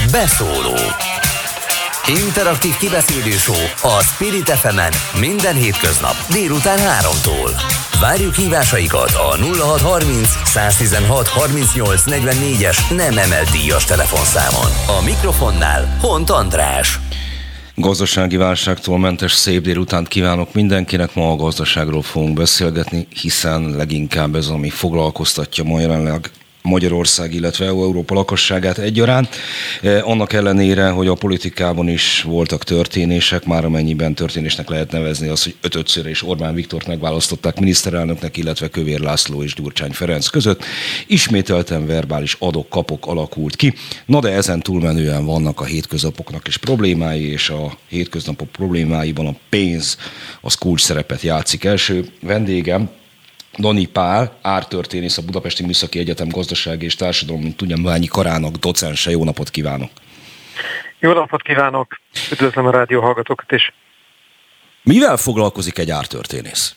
Beszóló. Interaktív kibeszélő show a Spirit FM-en minden hétköznap délután 3-tól. Várjuk hívásaikat a 0630 116 38 44-es nem emelt díjas telefonszámon. A mikrofonnál Hont András. Gazdasági válságtól mentes szép délutánt kívánok mindenkinek. Ma a gazdaságról fogunk beszélgetni, hiszen leginkább ez, ami foglalkoztatja ma jelenleg Magyarország, illetve Európa lakosságát egyaránt. Annak ellenére, hogy a politikában is voltak történések, már amennyiben történésnek lehet nevezni az, hogy ötödször és Orbán Viktort megválasztották miniszterelnöknek, illetve Kövér László és Gyurcsány Ferenc között. Ismételten verbális adok-kapok alakult ki. Na de ezen túlmenően vannak a hétköznapoknak is problémái, és a hétköznapok problémáiban a pénz az kulcs szerepet játszik. Első vendégem Dani Pál, ártörténész, a Budapesti Műszaki Egyetem Gazdasági és Társadalmi Tudományi Karának docense. Jó napot kívánok! Jó napot kívánok! Üdvözlöm a rádió hallgatókat is! Mivel foglalkozik egy ártörténész?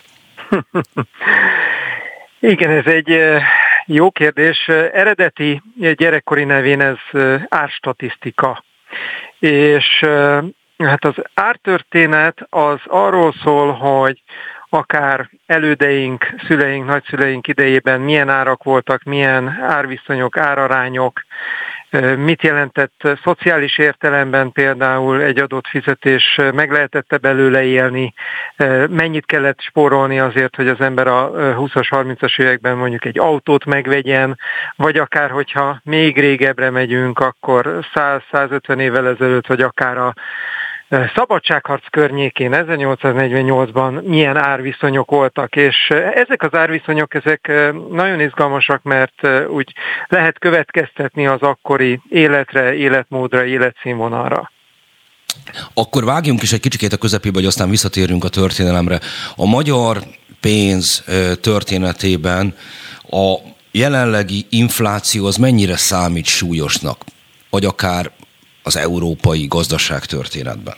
Igen, ez egy jó kérdés. Eredeti gyerekkori nevén ez árstatisztika. És hát az ártörténet az arról szól, hogy akár elődeink, szüleink, nagyszüleink idejében milyen árak voltak, milyen árviszonyok, árarányok, mit jelentett szociális értelemben például egy adott fizetés, meg lehetett belőle élni, mennyit kellett spórolni azért, hogy az ember a 20-as, 30-as években mondjuk egy autót megvegyen, vagy akár, hogyha még régebbre megyünk, akkor 100-150 évvel ezelőtt, vagy akár a szabadságharc környékén 1848-ban milyen árviszonyok voltak, és ezek az árviszonyok ezek nagyon izgalmasak, mert úgy lehet következtetni az akkori életre, életmódra, életszínvonalra. Akkor vágjunk is egy kicsikét a közepébe, hogy aztán visszatérünk a történelemre. A magyar pénz történetében a jelenlegi infláció az mennyire számít súlyosnak, vagy akár az európai gazdaság történetben?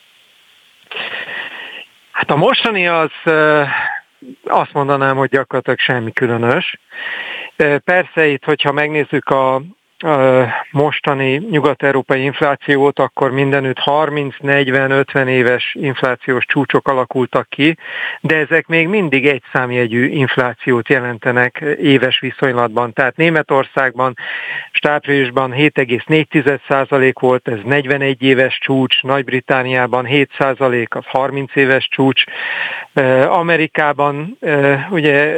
Hát a mostani az azt mondanám, hogy gyakorlatilag semmi különös. Persze itt, hogyha megnézzük a mostani nyugat-európai inflációt, akkor mindenütt 30-40-50 éves inflációs csúcsok alakultak ki, de ezek még mindig egy számjegyű inflációt jelentenek éves viszonylatban. Tehát Németországban áprilisban 7,4% volt, ez 41 éves csúcs, Nagy-Britanniában 7%, az 30 éves csúcs, Amerikában ugye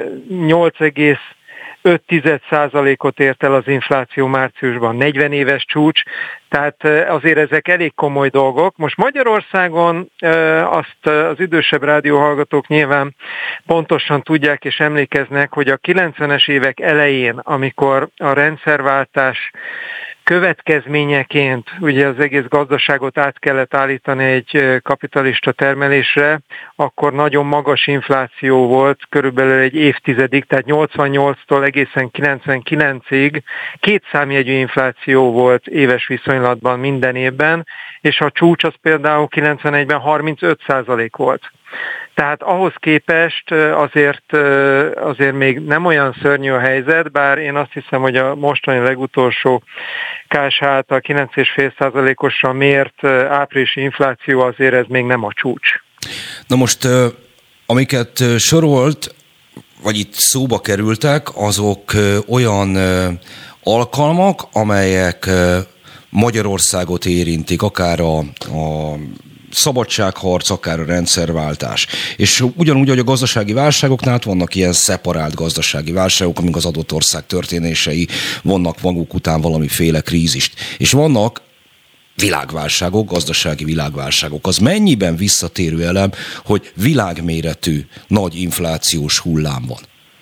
8,5% ért el az infláció márciusban, 40 éves csúcs, tehát azért ezek elég komoly dolgok. Most Magyarországon azt az idősebb rádióhallgatók nyilván pontosan tudják és emlékeznek, hogy a 90-es évek elején, amikor a rendszerváltás következményeként ugye az egész gazdaságot át kellett állítani egy kapitalista termelésre, akkor nagyon magas infláció volt, körülbelül egy évtizedig, tehát 88-tól egészen 99-ig kétszámjegyű infláció volt éves viszonylatban minden évben, és a csúcs az például 91-ben 35% volt. Tehát ahhoz képest azért még nem olyan szörnyű a helyzet, bár én azt hiszem, hogy a mostani legutolsó KSH által 9,5%-osra mért áprilisi infláció azért ez még nem a csúcs. Na most, amiket sorolt, vagy itt szóba kerültek, azok olyan alkalmak, amelyek Magyarországot érintik, akár a szabadságharc, akár a rendszerváltás. És ugyanúgy, hogy a gazdasági válságoknál vannak ilyen szeparált gazdasági válságok, amik az adott ország történései vonnak maguk után valamiféle krízist. És vannak világválságok, gazdasági világválságok. Az mennyiben visszatérő elem, hogy világméretű nagy inflációs hullám van?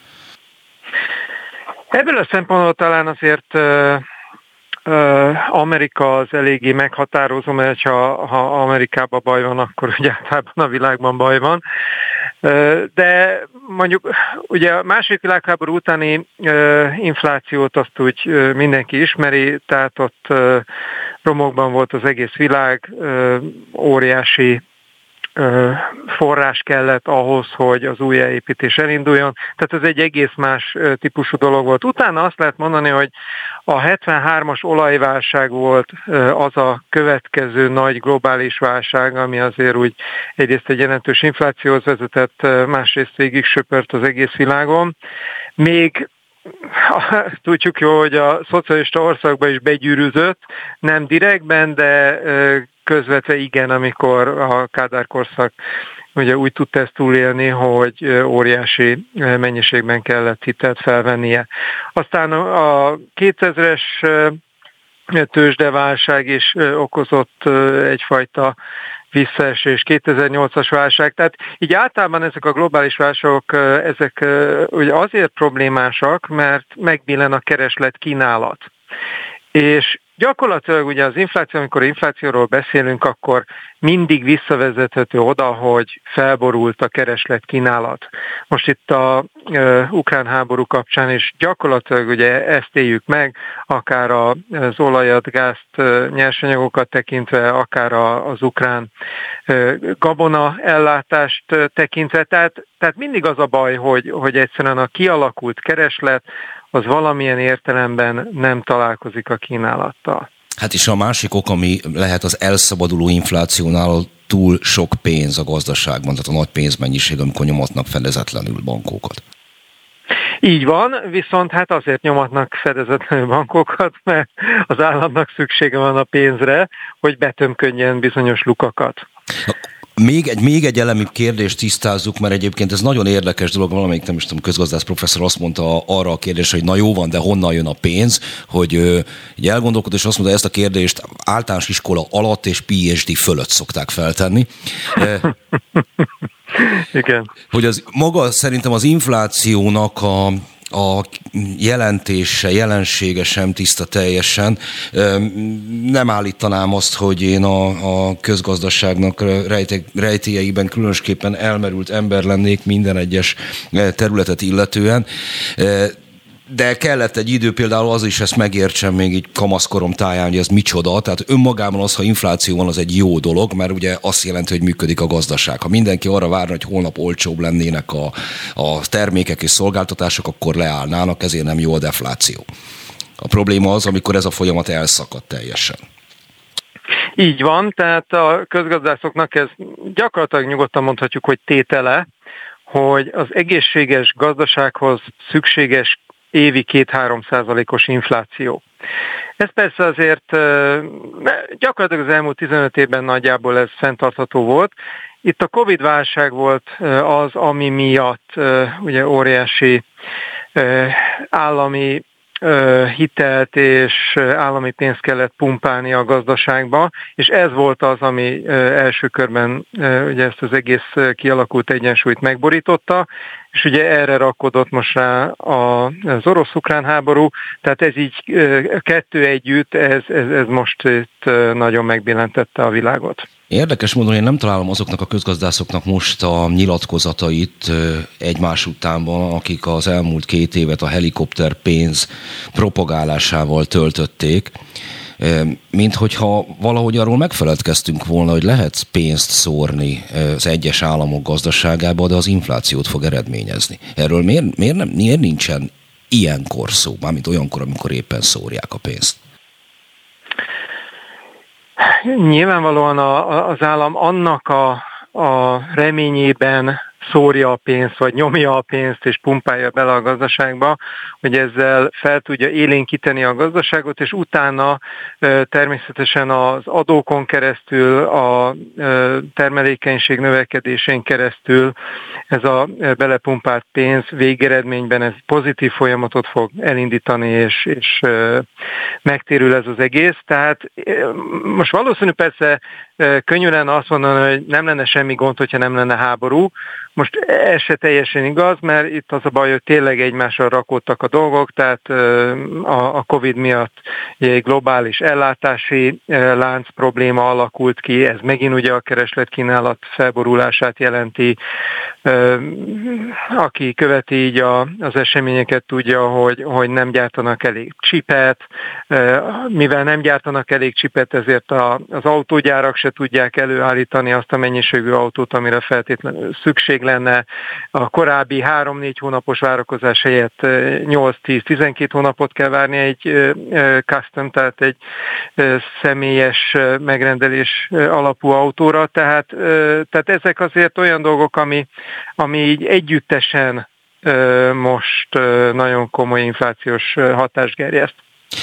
Ebből a szempontból talán azért Amerika az eléggé meghatározó, mert ha Amerikában baj van, akkor ugye általában a világban baj van. De mondjuk ugye a második világháború utáni inflációt azt úgy mindenki ismeri, tehát ott romokban volt az egész világ, óriási forrás kellett ahhoz, hogy az újjáépítés elinduljon. Tehát ez egy egész más típusú dolog volt. Utána azt lehet mondani, hogy A 73-as olajválság volt az a következő nagy globális válság, ami azért úgy egyrészt egy jelentős inflációhoz vezetett, másrészt végig söpört az egész világon. Még tudjuk jó, hogy a szocialista országban is begyűrűzött, nem direktben, de közvetve igen, amikor a Kádár korszak ugye úgy tudta ezt túlélni, hogy óriási mennyiségben kellett hitelt felvennie. Aztán a 2000-es tőzsdeválság is okozott egyfajta visszaesés, 2008-as válság. Tehát így általában ezek a globális válságok, ezek ugye azért problémásak, mert megbillen a kereslet kínálat. És gyakorlatilag ugye az infláció, amikor inflációról beszélünk, akkor mindig visszavezethető oda, hogy felborult a kereslet kínálat. Most itt a ukrán háború kapcsán is gyakorlatilag ugye ezt éljük meg, akár az olajat, gázt, nyersanyagokat tekintve, akár az ukrán gabona ellátást tekintve. Tehát mindig az a baj, hogy egyszerűen a kialakult kereslet az valamilyen értelemben nem találkozik a kínálattal. Hát és a másik ok, ami lehet az elszabaduló inflációnál, túl sok pénz a gazdaságban, tehát a nagy pénzmennyiség, amikor nyomatnak fedezetlenül bankokat. Így van, viszont hát azért nyomatnak fedezetlenül bankokat, mert az államnak szüksége van a pénzre, hogy betömködjen bizonyos lukakat. Még egy elemi kérdést tisztázzuk, mert egyébként ez nagyon érdekes dolog, valamelyik nem is tudom, közgazdász professzor azt mondta arra a kérdésre, hogy na jó van, de honnan jön a pénz, hogy így elgondolkodott, és azt mondta, ezt a kérdést általános iskola alatt és PhD fölött szokták feltenni. Igen. Hogy az maga szerintem az inflációnak a jelentése, jelensége sem tiszta teljesen. Nem állítanám azt, hogy én a közgazdaságnak rejtélyeiben különösképpen elmerült ember lennék minden egyes területet illetően. De kellett egy idő például az is, ezt megértsem még így kamaszkorom táján, hogy ez micsoda. Tehát önmagában az, ha infláció van, az egy jó dolog, mert ugye azt jelenti, hogy működik a gazdaság. Ha mindenki arra várna, hogy holnap olcsóbb lennének a termékek és szolgáltatások, akkor leállnának, ezért nem jó a defláció. A probléma az, amikor ez a folyamat elszakad teljesen. Így van, tehát a közgazdászoknak ez gyakorlatilag nyugodtan mondhatjuk, hogy tétele, hogy az egészséges gazdasághoz szükséges évi 2-3%-os infláció. Ez persze azért gyakorlatilag az elmúlt 15 évben nagyjából ez fenntartható volt. Itt a Covid-válság volt az, ami miatt ugye óriási állami hitelt és állami pénzt kellett pumpálni a gazdaságba, és ez volt az, ami első körben ugye ezt az egész kialakult egyensúlyt megborította, és ugye erre rakodott most rá az orosz-ukrán háború, tehát ez így kettő együtt, ez most itt nagyon megbillentette a világot. Érdekes módon én nem találom azoknak a közgazdászoknak most a nyilatkozatait egymás utánban, akik az elmúlt 2 évet a helikopter pénz propagálásával töltötték, mint hogyha valahogy arról megfeledkeztünk volna, hogy lehet pénzt szórni az egyes államok gazdaságába, de az inflációt fog eredményezni. Erről miért nincsen ilyenkor szó, mármint olyankor, amikor éppen szórják a pénzt? Nyilvánvalóan az állam annak a reményében szórja a pénzt, vagy nyomja a pénzt, és pumpálja bele a gazdaságba, hogy ezzel fel tudja élénkíteni a gazdaságot, és utána természetesen az adókon keresztül, a termelékenység növekedésén keresztül ez a belepumpált pénz végeredményben ez pozitív folyamatot fog elindítani, és megtérül ez az egész. Tehát most valószínű persze könnyű lenne azt mondani, hogy nem lenne semmi gond, hogyha nem lenne háború. Most ez se teljesen igaz, mert itt az a baj, hogy tényleg egymásra rakódtak a dolgok, tehát a Covid miatt egy globális ellátási lánc probléma alakult ki, ez megint ugye a kereslet-kínálat felborulását jelenti. Aki követi így az eseményeket tudja, hogy nem gyártanak elég csipet, mivel nem gyártanak elég csipet, ezért az autógyárak se tudják előállítani azt a mennyiségű autót, amire feltétlenül szükség meg lenne a korábbi 3-4 hónapos várakozás helyett 8-10-12 hónapot kell várni egy custom, tehát egy személyes megrendelés alapú autóra, tehát ezek azért olyan dolgok, ami így együttesen most nagyon komoly inflációs hatást gerjeszt.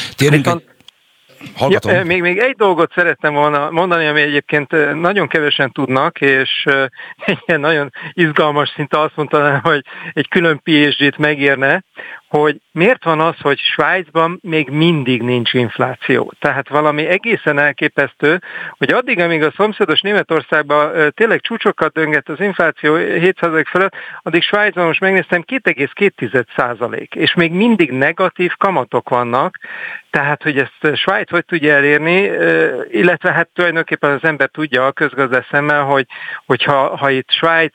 Ja, még egy dolgot szerettem volna mondani, ami egyébként nagyon kevesen tudnak, és egy ilyen nagyon izgalmas, szinte azt mondanám, hogy egy külön PhD-t megérne, hogy miért van az, hogy Svájcban még mindig nincs infláció. Tehát valami egészen elképesztő, hogy addig, amíg a szomszédos Németországban tényleg csúcsokat döngett az infláció 7% fölött, addig Svájcban most megnéztem 2,2%, és még mindig negatív kamatok vannak, tehát hogy ezt Svájc hogy tudja elérni, illetve hát tulajdonképpen az ember tudja a közgazdász szemmel, hogyha itt Svájc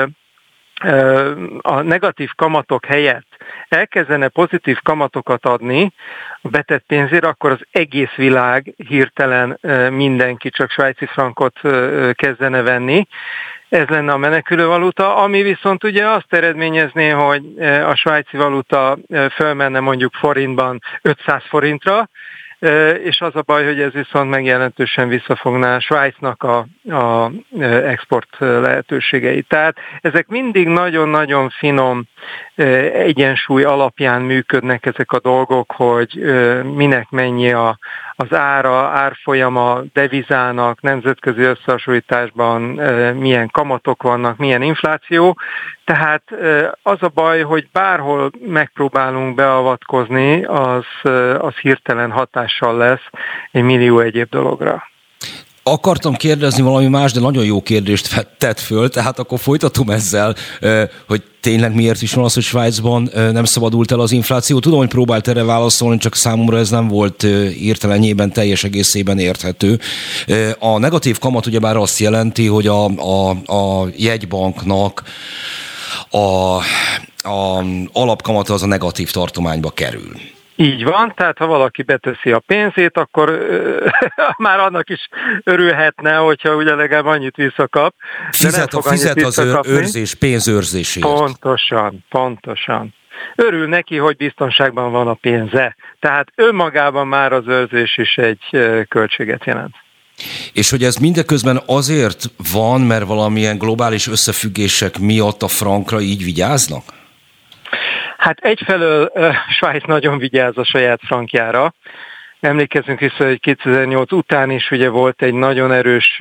a negatív kamatok helyett elkezdene pozitív kamatokat adni a betett pénzért, akkor az egész világ hirtelen mindenki csak svájci frankot kezdene venni. Ez lenne a menekülő valuta, ami viszont ugye azt eredményezné, hogy a svájci valuta fölmenne mondjuk forintban 500 forintra, és az a baj, hogy ez viszont megjelentősen visszafogná Svájcnak a export lehetőségeit. Tehát ezek mindig nagyon-nagyon finom egyensúly alapján működnek ezek a dolgok, hogy minek mennyi az árfolyama devizának, nemzetközi összehasonlításban milyen kamatok vannak, milyen infláció. Tehát az a baj, hogy bárhol megpróbálunk beavatkozni, az hirtelen hatással lesz egy millió egyéb dologra. Akartam kérdezni valami más, de nagyon jó kérdést tett föl, tehát akkor folytatom ezzel, hogy tényleg miért is van az, hogy Svájcban nem szabadult el az infláció. Tudom, hogy próbált erre válaszolni, csak számomra ez nem volt értelemében teljes egészében érthető. A negatív kamat ugyebár azt jelenti, hogy a jegybanknak a alapkamata az a negatív tartományba kerül. Így van, tehát ha valaki beteszi a pénzét, akkor már annak is örülhetne, hogyha ugye legalább annyit visszakap. Fizet az pénzőrzésért. Pontosan. Örül neki, hogy biztonságban van a pénze. Tehát önmagában már az őrzés is egy költséget jelent. És hogy ez mindeközben azért van, mert valamilyen globális összefüggések miatt a frankra így vigyáznak? Hát egyfelől Svájc nagyon vigyáz a saját frankjára. Emlékezzünk vissza, hogy 2008 után is ugye volt egy nagyon erős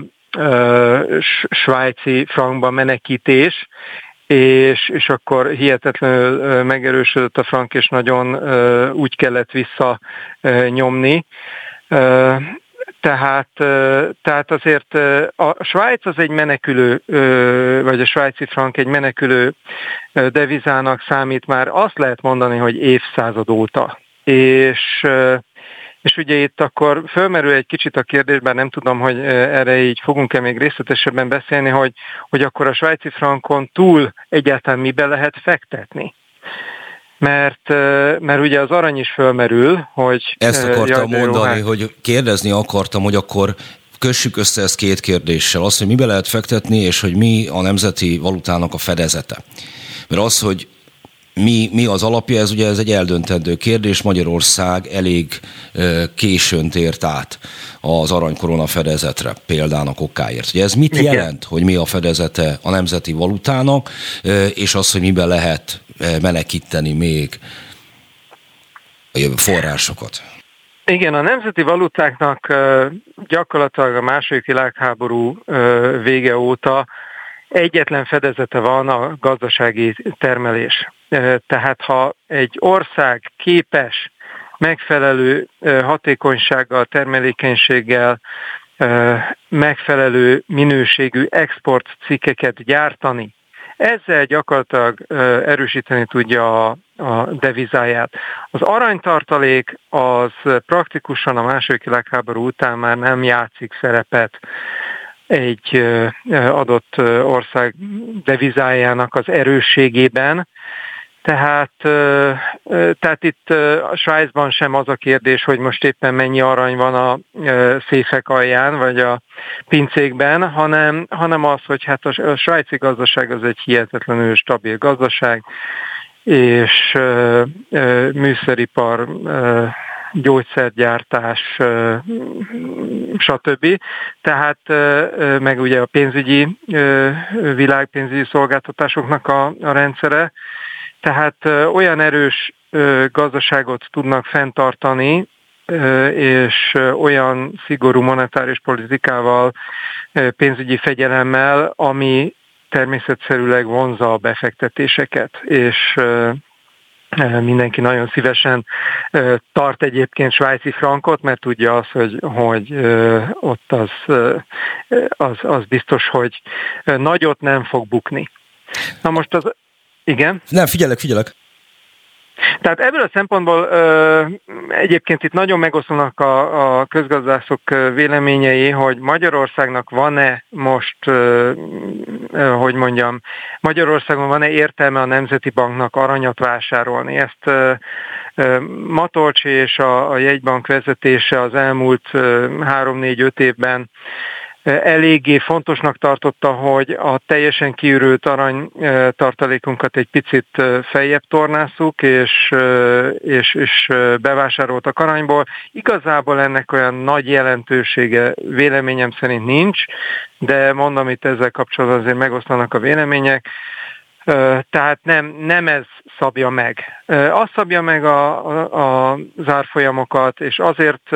svájci frankba menekítés, és akkor hihetetlenül megerősödött a frank, és nagyon úgy kellett visszanyomni. Tehát azért a Svájc az egy menekülő, vagy a svájci frank egy menekülő devizának számít, már azt lehet mondani, hogy évszázad óta. És ugye itt akkor fölmerül egy kicsit a kérdés, bár nem tudom, hogy erre így fogunk-e még részletesebben beszélni, hogy akkor a svájci frankon túl egyáltalán mibe lehet fektetni. Mert ugye az arany is fölmerül, hogy... Ezt akartam mondani, hogy kérdezni akartam, hogy akkor kössük össze ezt két kérdéssel. Az, hogy mibe lehet fektetni, és hogy mi a nemzeti valutának a fedezete. Mert az, hogy mi az alapja, ez egy eldöntendő kérdés. Magyarország elég későn tért át az aranykorona fedezetre, példának okáért. Ugye ez mit jelent, hogy mi a fedezete a nemzeti valutának, és az, hogy miben lehet menekíteni még a forrásokat? Igen, a nemzeti valutáknak gyakorlatilag a II. Világháború vége óta egyetlen fedezete van, a gazdasági termelés. Tehát ha egy ország képes megfelelő hatékonysággal, termelékenységgel, megfelelő minőségű exportcikkeket gyártani, ezzel gyakorlatilag erősíteni tudja a devizáját. Az aranytartalék az praktikusan a II. Világháború után már nem játszik szerepet egy adott ország devizájának az erősségében, Tehát itt a Svájcban sem az a kérdés, hogy most éppen mennyi arany van a széfek alján, vagy a pincékben, hanem az, hogy hát a svájci gazdaság az egy hihetetlenül stabil gazdaság, és műszeripar, gyógyszergyártás, stb. Tehát meg ugye a világpénzügyi szolgáltatásoknak a rendszere. Tehát olyan erős gazdaságot tudnak fenntartani, és olyan szigorú monetáris politikával, pénzügyi fegyelemmel, ami természetszerűleg vonzza a befektetéseket, és mindenki nagyon szívesen tart egyébként svájci frankot, mert tudja azt, hogy ott az biztos, hogy nagyot nem fog bukni. Na most igen? Nem, figyelek. Tehát ebből a szempontból egyébként itt nagyon megoszlanak a közgazdászok véleményei, hogy Magyarországnak van-e most, Magyarországon van-e értelme a Nemzeti Banknak aranyat vásárolni. Ezt Matolcsi és a jegybank vezetése az elmúlt 3-4-5 évben eléggé fontosnak tartotta, hogy a teljesen kiürült aranytartalékunkat egy picit feljebb tornásszuk, és bevásároltak aranyból. Igazából ennek olyan nagy jelentősége véleményem szerint nincs, de mondom, itt ezzel kapcsolatban azért megoszlanak a vélemények. Tehát nem ez szabja meg. Az szabja meg az árfolyamokat, és azért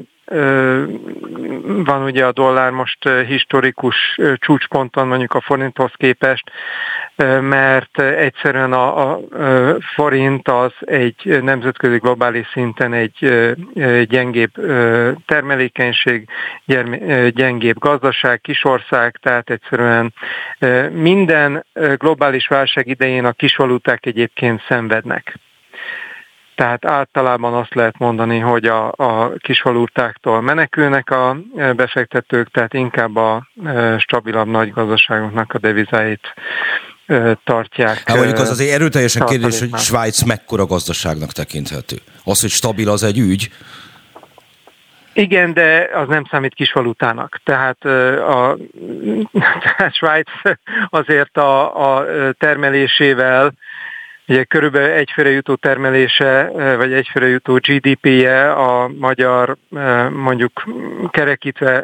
van ugye a dollár most historikus csúcsponton mondjuk a forinthoz képest, mert egyszerűen a forint az egy nemzetközi globális szinten egy gyengébb termelékenység, gyengébb gazdaság, kisország, tehát egyszerűen minden globális válság idején a kisvaluták egyébként szenvednek. Tehát általában azt lehet mondani, hogy a kisvalutáktól menekülnek a befektetők, tehát inkább a stabilabb nagy gazdaságoknak a devizáit tartják. Hát mondjuk az azért erőteljesen kérdés, hogy Svájc mekkora gazdaságnak tekinthető. Az, hogy stabil, az egy ügy. Igen, de az nem számít kisvalutának. Tehát Svájc azért a termelésével, ugye körülbelül egyfőre jutó termelése, vagy egyfőre jutó GDP-je a magyar mondjuk kerekítve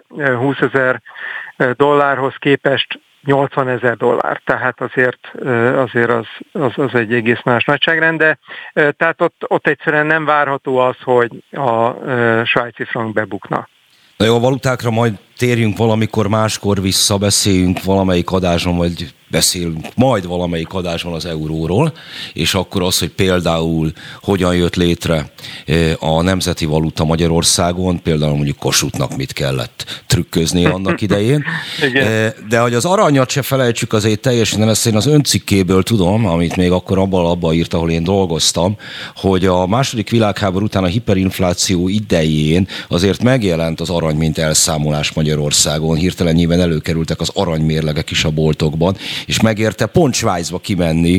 $20,000 képest $80,000. Tehát azért az egy egész más nagyságrend, de tehát ott egyszerűen nem várható az, hogy a svájci frank bebukna. Na jó, a valutákra majd térjünk valamikor máskor vissza, beszéljünk valamelyik adásban, vagy beszélünk majd valamelyik adásban az euróról, és akkor az, hogy például hogyan jött létre a nemzeti valuta Magyarországon, például mondjuk Kossuthnak mit kellett trükközni annak idején. De hogy az aranyat se felejtsük azért teljesen, ezt én az öncikkéből tudom, amit még akkor abban írt, ahol én dolgoztam, hogy a második világháború után a hiperinfláció idején azért megjelent az arany, mint elszámolás Magyarországon, hirtelennyében előkerültek az aranymérlegek is a boltokban, és megérte pont Svájcba kimenni,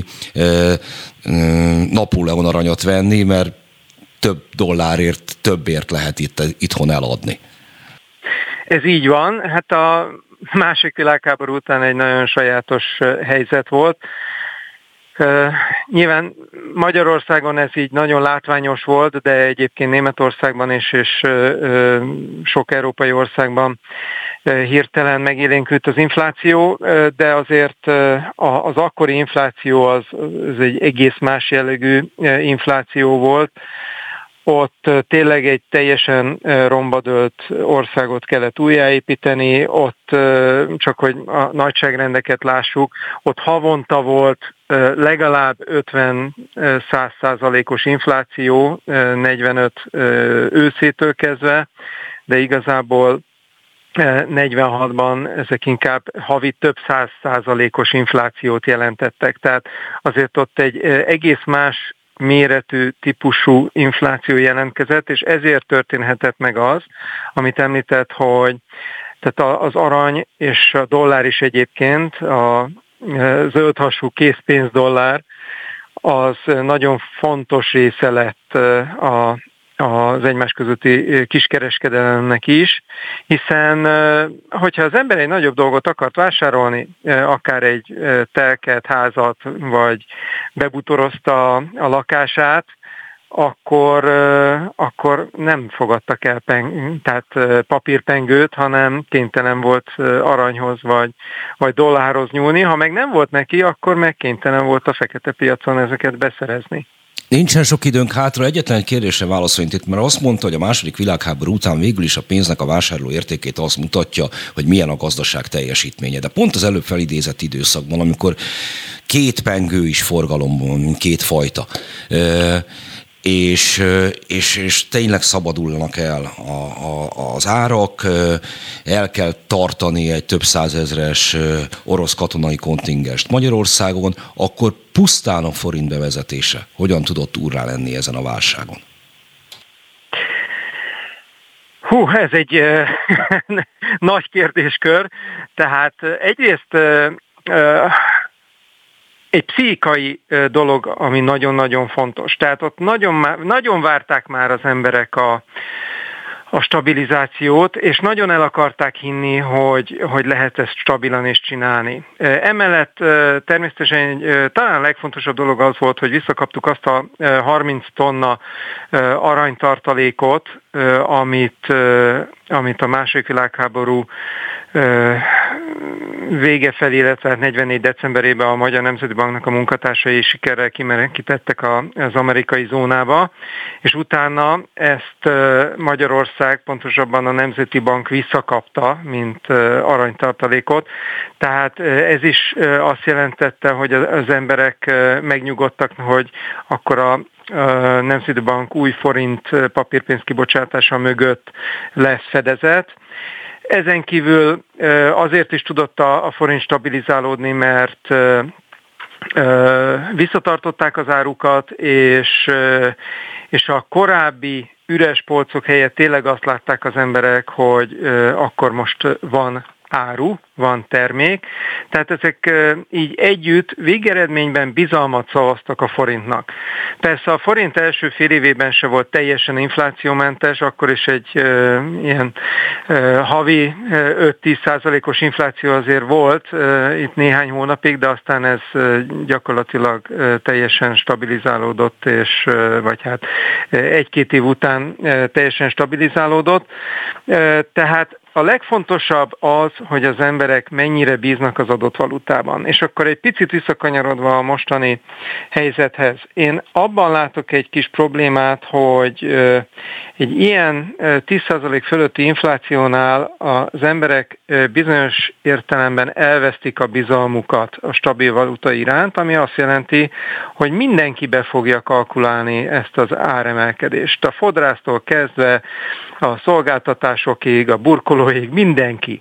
Napóleon aranyat venni, mert több dollárért, többért lehet itthon eladni. Ez így van. Hát a második világháború után egy nagyon sajátos helyzet volt. Nyilván Magyarországon ez így nagyon látványos volt, de egyébként Németországban és sok európai országban hirtelen megélénkült az infláció, de azért az akkori infláció az egy egész más jellegű infláció volt. Ott tényleg egy teljesen rombadölt országot kellett újjáépíteni, ott csak hogy a nagyságrendeket lássuk, ott havonta volt legalább 50-100%-os infláció, 45 őszétől kezdve, de igazából 46-ban ezek inkább havi több 100%-os inflációt jelentettek. Tehát azért ott egy egész más méretű típusú infláció jelentkezett, és ezért történhetett meg az, amit említett, hogy tehát az arany és a dollár is egyébként, a zöldhasú készpénzdollár, az nagyon fontos része lett az egymás közötti kiskereskedelemnek is, hiszen hogyha az ember egy nagyobb dolgot akart vásárolni, akár egy telket, házat, vagy bebutorozta a lakását, akkor nem fogadtak el tehát papírpengőt, hanem kénytelen volt aranyhoz vagy dollárhoz nyúlni. Ha meg nem volt neki, akkor meg kénytelen volt a fekete piacon ezeket beszerezni. Nincsen sok időnk hátra, egyetlen egy kérdésre válaszoljunk itt, mert azt mondta, hogy a II. Világháború után végül is a pénznek a vásárló értékét azt mutatja, hogy milyen a gazdaság teljesítménye. De pont az előbb felidézett időszakban, amikor két pengő is forgalomban, két fajta, és tényleg szabadulnak el az árak, el kell tartani egy több százezres orosz katonai kontingest Magyarországon, akkor pusztán a forint bevezetése hogyan tudott úrrá lenni ezen a válságon? Ez egy nagy kérdéskör. Tehát egyrészt egy pszichikai dolog, ami nagyon-nagyon fontos. Tehát ott nagyon várták már az emberek a stabilizációt, és nagyon el akarták hinni, hogy lehet ezt stabilan is csinálni. Emellett természetesen talán a legfontosabb dolog az volt, hogy visszakaptuk azt a 30 tonna aranytartalékot, amit a II. Világháború vége felé, illetve 44 decemberében a Magyar Nemzeti Banknak a munkatársai sikerrel kimenekítettek az amerikai zónába, és utána ezt Magyarország, pontosabban a Nemzeti Bank visszakapta, mint aranytartalékot. Tehát ez is azt jelentette, hogy az emberek megnyugodtak, hogy akkor a Nemzeti Bank új forint papírpénz kibocsátása mögött lesz fedezet. Ezen kívül azért is tudott a forint stabilizálódni, mert visszatartották az árukat, és a korábbi üres polcok helyett tényleg azt látták az emberek, hogy akkor most van áru, van termék, tehát ezek így együtt végeredményben bizalmat szavaztak a forintnak. Persze a forint első fél évében se volt teljesen inflációmentes, akkor is egy ilyen havi 5-10%-os infláció azért volt itt néhány hónapig, de aztán ez gyakorlatilag teljesen stabilizálódott, és vagy hát 1-2 év után teljesen stabilizálódott. Tehát a legfontosabb az, hogy az emberek mennyire bíznak az adott valutában. És akkor egy picit visszakanyarodva a mostani helyzethez. Én abban látok egy kis problémát, hogy egy ilyen 10% fölötti inflációnál az emberek bizonyos értelemben elvesztik a bizalmukat a stabil valuta iránt, ami azt jelenti, hogy mindenki be fogja kalkulálni ezt az áremelkedést. A fodrásztól kezdve a szolgáltatásokig, a burkolóig, mindenki.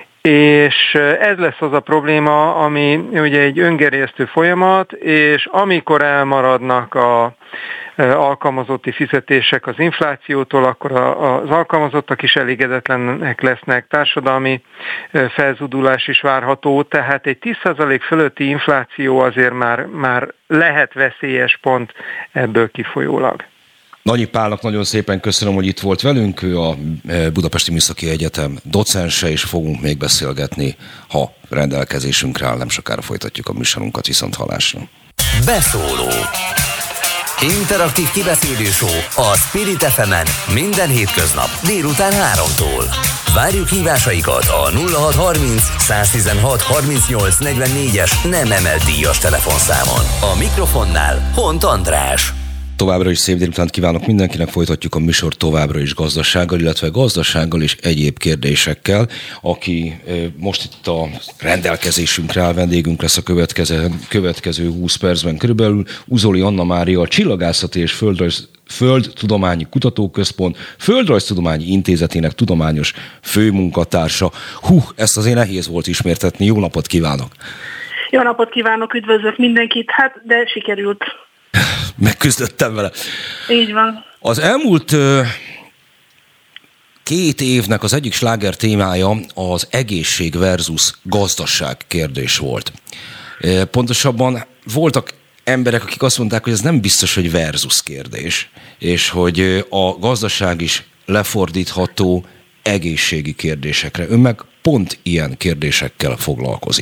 És ez lesz az a probléma, ami ugye egy öngerjesztő folyamat, és amikor elmaradnak az alkalmazotti fizetések az inflációtól, akkor az alkalmazottak is elégedetlenek lesznek, társadalmi felzudulás is várható, tehát egy 10% fölötti infláció azért már lehet veszélyes pont ebből kifolyólag. Nagyi Pálnak nagyon szépen köszönöm, hogy itt volt velünk, ő a Budapesti Műszaki Egyetem docense, és fogunk még beszélgetni, ha rendelkezésünkre áll, nem sokára folytatjuk a műsorunkat, viszonthallásra. Beszóló. Interaktív kibeszélő show a Spirit FM-en minden hétköznap délután 3-tól. Várjuk hívásaikat a 0630 116 38 44-es nem emelt díjas telefonszámon. A mikrofonnál Hont András. Továbbra is szép délutánt kívánok mindenkinek, folytatjuk a műsor továbbra is gazdasággal, illetve gazdasággal és egyéb kérdésekkel. Aki most itt a rendelkezésünkre áll, vendégünk lesz a következő 20 percben körülbelül, Uzoli Anna Mária, a Csillagászati és Földtudományi Kutatóközpont Földrajztudományi Intézetének tudományos főmunkatársa. Ezt azért nehéz volt ismertetni, jó napot kívánok! Jó napot kívánok, üdvözlök mindenkit, de sikerült. Megküzdöttem vele. Így van. Az elmúlt 2 évnek az egyik sláger témája az egészség versus gazdaság kérdés volt. Pontosabban voltak emberek, akik azt mondták, hogy ez nem biztos, hogy versus kérdés, és hogy a gazdaság is lefordítható egészségi kérdésekre. Ön meg pont ilyen kérdésekkel foglalkozik.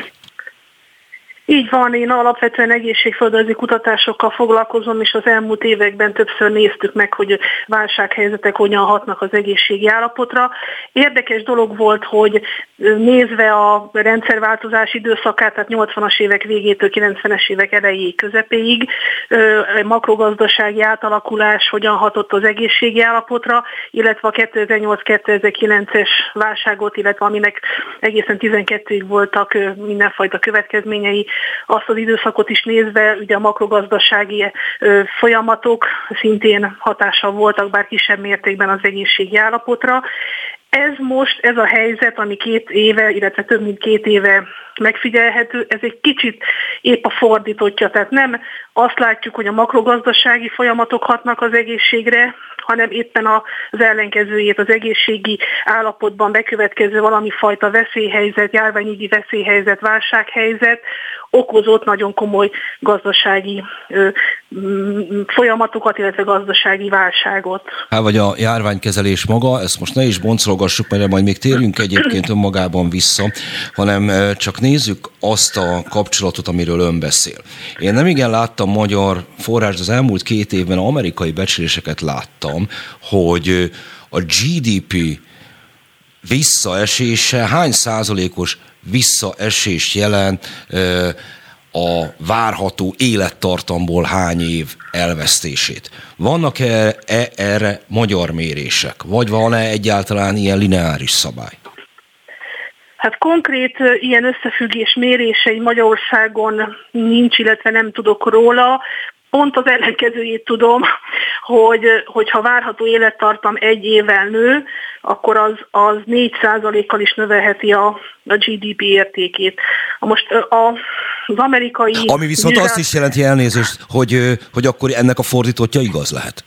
Így van, én alapvetően egészségföldrajzi kutatásokkal foglalkozom, és az elmúlt években többször néztük meg, hogy válsághelyzetek hogyan hatnak az egészségi állapotra. Érdekes dolog volt, hogy nézve a rendszerváltozás időszakát, tehát 80-as évek végétől 90-es évek elejéig, közepéig, makrogazdasági átalakulás hogyan hatott az egészségi állapotra, illetve a 2008-2009-es válságot, illetve aminek egészen 12-ig voltak mindenfajta következményei, azt az időszakot is nézve, ugye a makrogazdasági folyamatok szintén hatással voltak, bár kisebb mértékben az egészségi állapotra. Ez a helyzet, ami 2 éve, illetve több mint 2 éve megfigyelhető, ez egy kicsit épp a fordítottja. Tehát nem azt látjuk, hogy a makrogazdasági folyamatok hatnak az egészségre, hanem éppen az ellenkezőjét, az egészségi állapotban bekövetkező valami fajta veszélyhelyzet, járványügyi veszélyhelyzet, válsághelyzet okozott nagyon komoly gazdasági folyamatokat, illetve gazdasági válságot. Vagy a járványkezelés maga, ezt most ne is boncolgassuk, mert majd még térjünk egyébként önmagában vissza, hanem csak nézzük azt a kapcsolatot, amiről ön beszél. Én nem igen láttam magyar forrást, az elmúlt 2 évben amerikai becsléseket láttam, hogy a GDP visszaesése hány százalékos visszaesést jelent a várható élettartamból hány év elvesztését. Vannak erre magyar mérések? Vagy van-e egyáltalán ilyen lineáris szabály? Hát konkrét ilyen összefüggés mérései Magyarországon nincs, illetve nem tudok róla. Pont az ellenkezőjét tudom, hogy ha várható élettartam 1 évvel nő, akkor az 4%-kal is növelheti a GDP értékét. Most az amerikai... Ami viszont azt is jelenti, elnézést, hogy akkor ennek a fordítottja igaz lehet.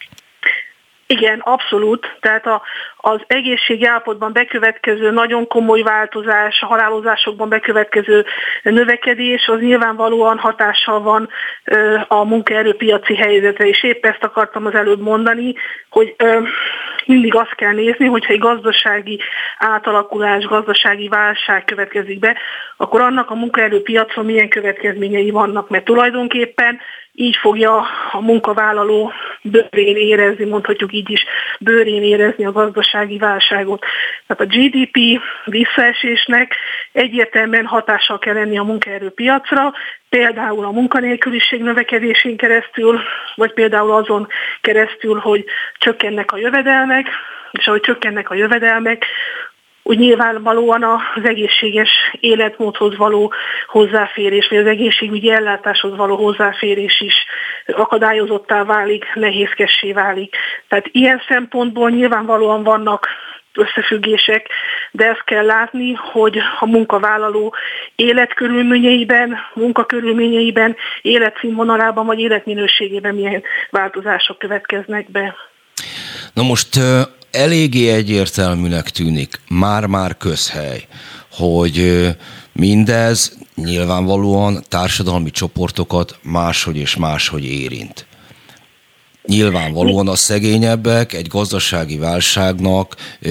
Igen, abszolút. Tehát az egészségi állapotban bekövetkező nagyon komoly változás, a halálozásokban bekövetkező növekedés, az nyilvánvalóan hatással van a munkaerőpiaci helyzetre, és épp ezt akartam az előbb mondani, hogy mindig azt kell nézni, hogyha egy gazdasági átalakulás, gazdasági válság következik be, akkor annak a munkaerőpiacon milyen következményei vannak, mert tulajdonképpen így fogja a munkavállaló bőrén érezni, mondhatjuk így is, bőrén érezni a gazdasági válságot. Tehát a GDP visszaesésnek egyértelműen hatással kell lenni a munkaerőpiacra, például a munkanélküliség növekedésén keresztül, vagy például azon keresztül, hogy csökkennek a jövedelmek, és ahogy csökkennek a jövedelmek, úgy nyilvánvalóan az egészséges életmódhoz való hozzáférés, vagy az egészségügyi ellátáshoz való hozzáférés is akadályozottá válik, nehézkessé válik. Tehát ilyen szempontból nyilvánvalóan vannak összefüggések, de ezt kell látni, hogy a munkavállaló életkörülményeiben, munkakörülményeiben, életszínvonalában vagy életminőségében milyen változások következnek be. Na most eléggé egyértelműnek tűnik, már-már közhely, hogy mindez nyilvánvalóan társadalmi csoportokat máshogy és máshogy érint. Nyilvánvalóan a szegényebbek egy gazdasági válságnak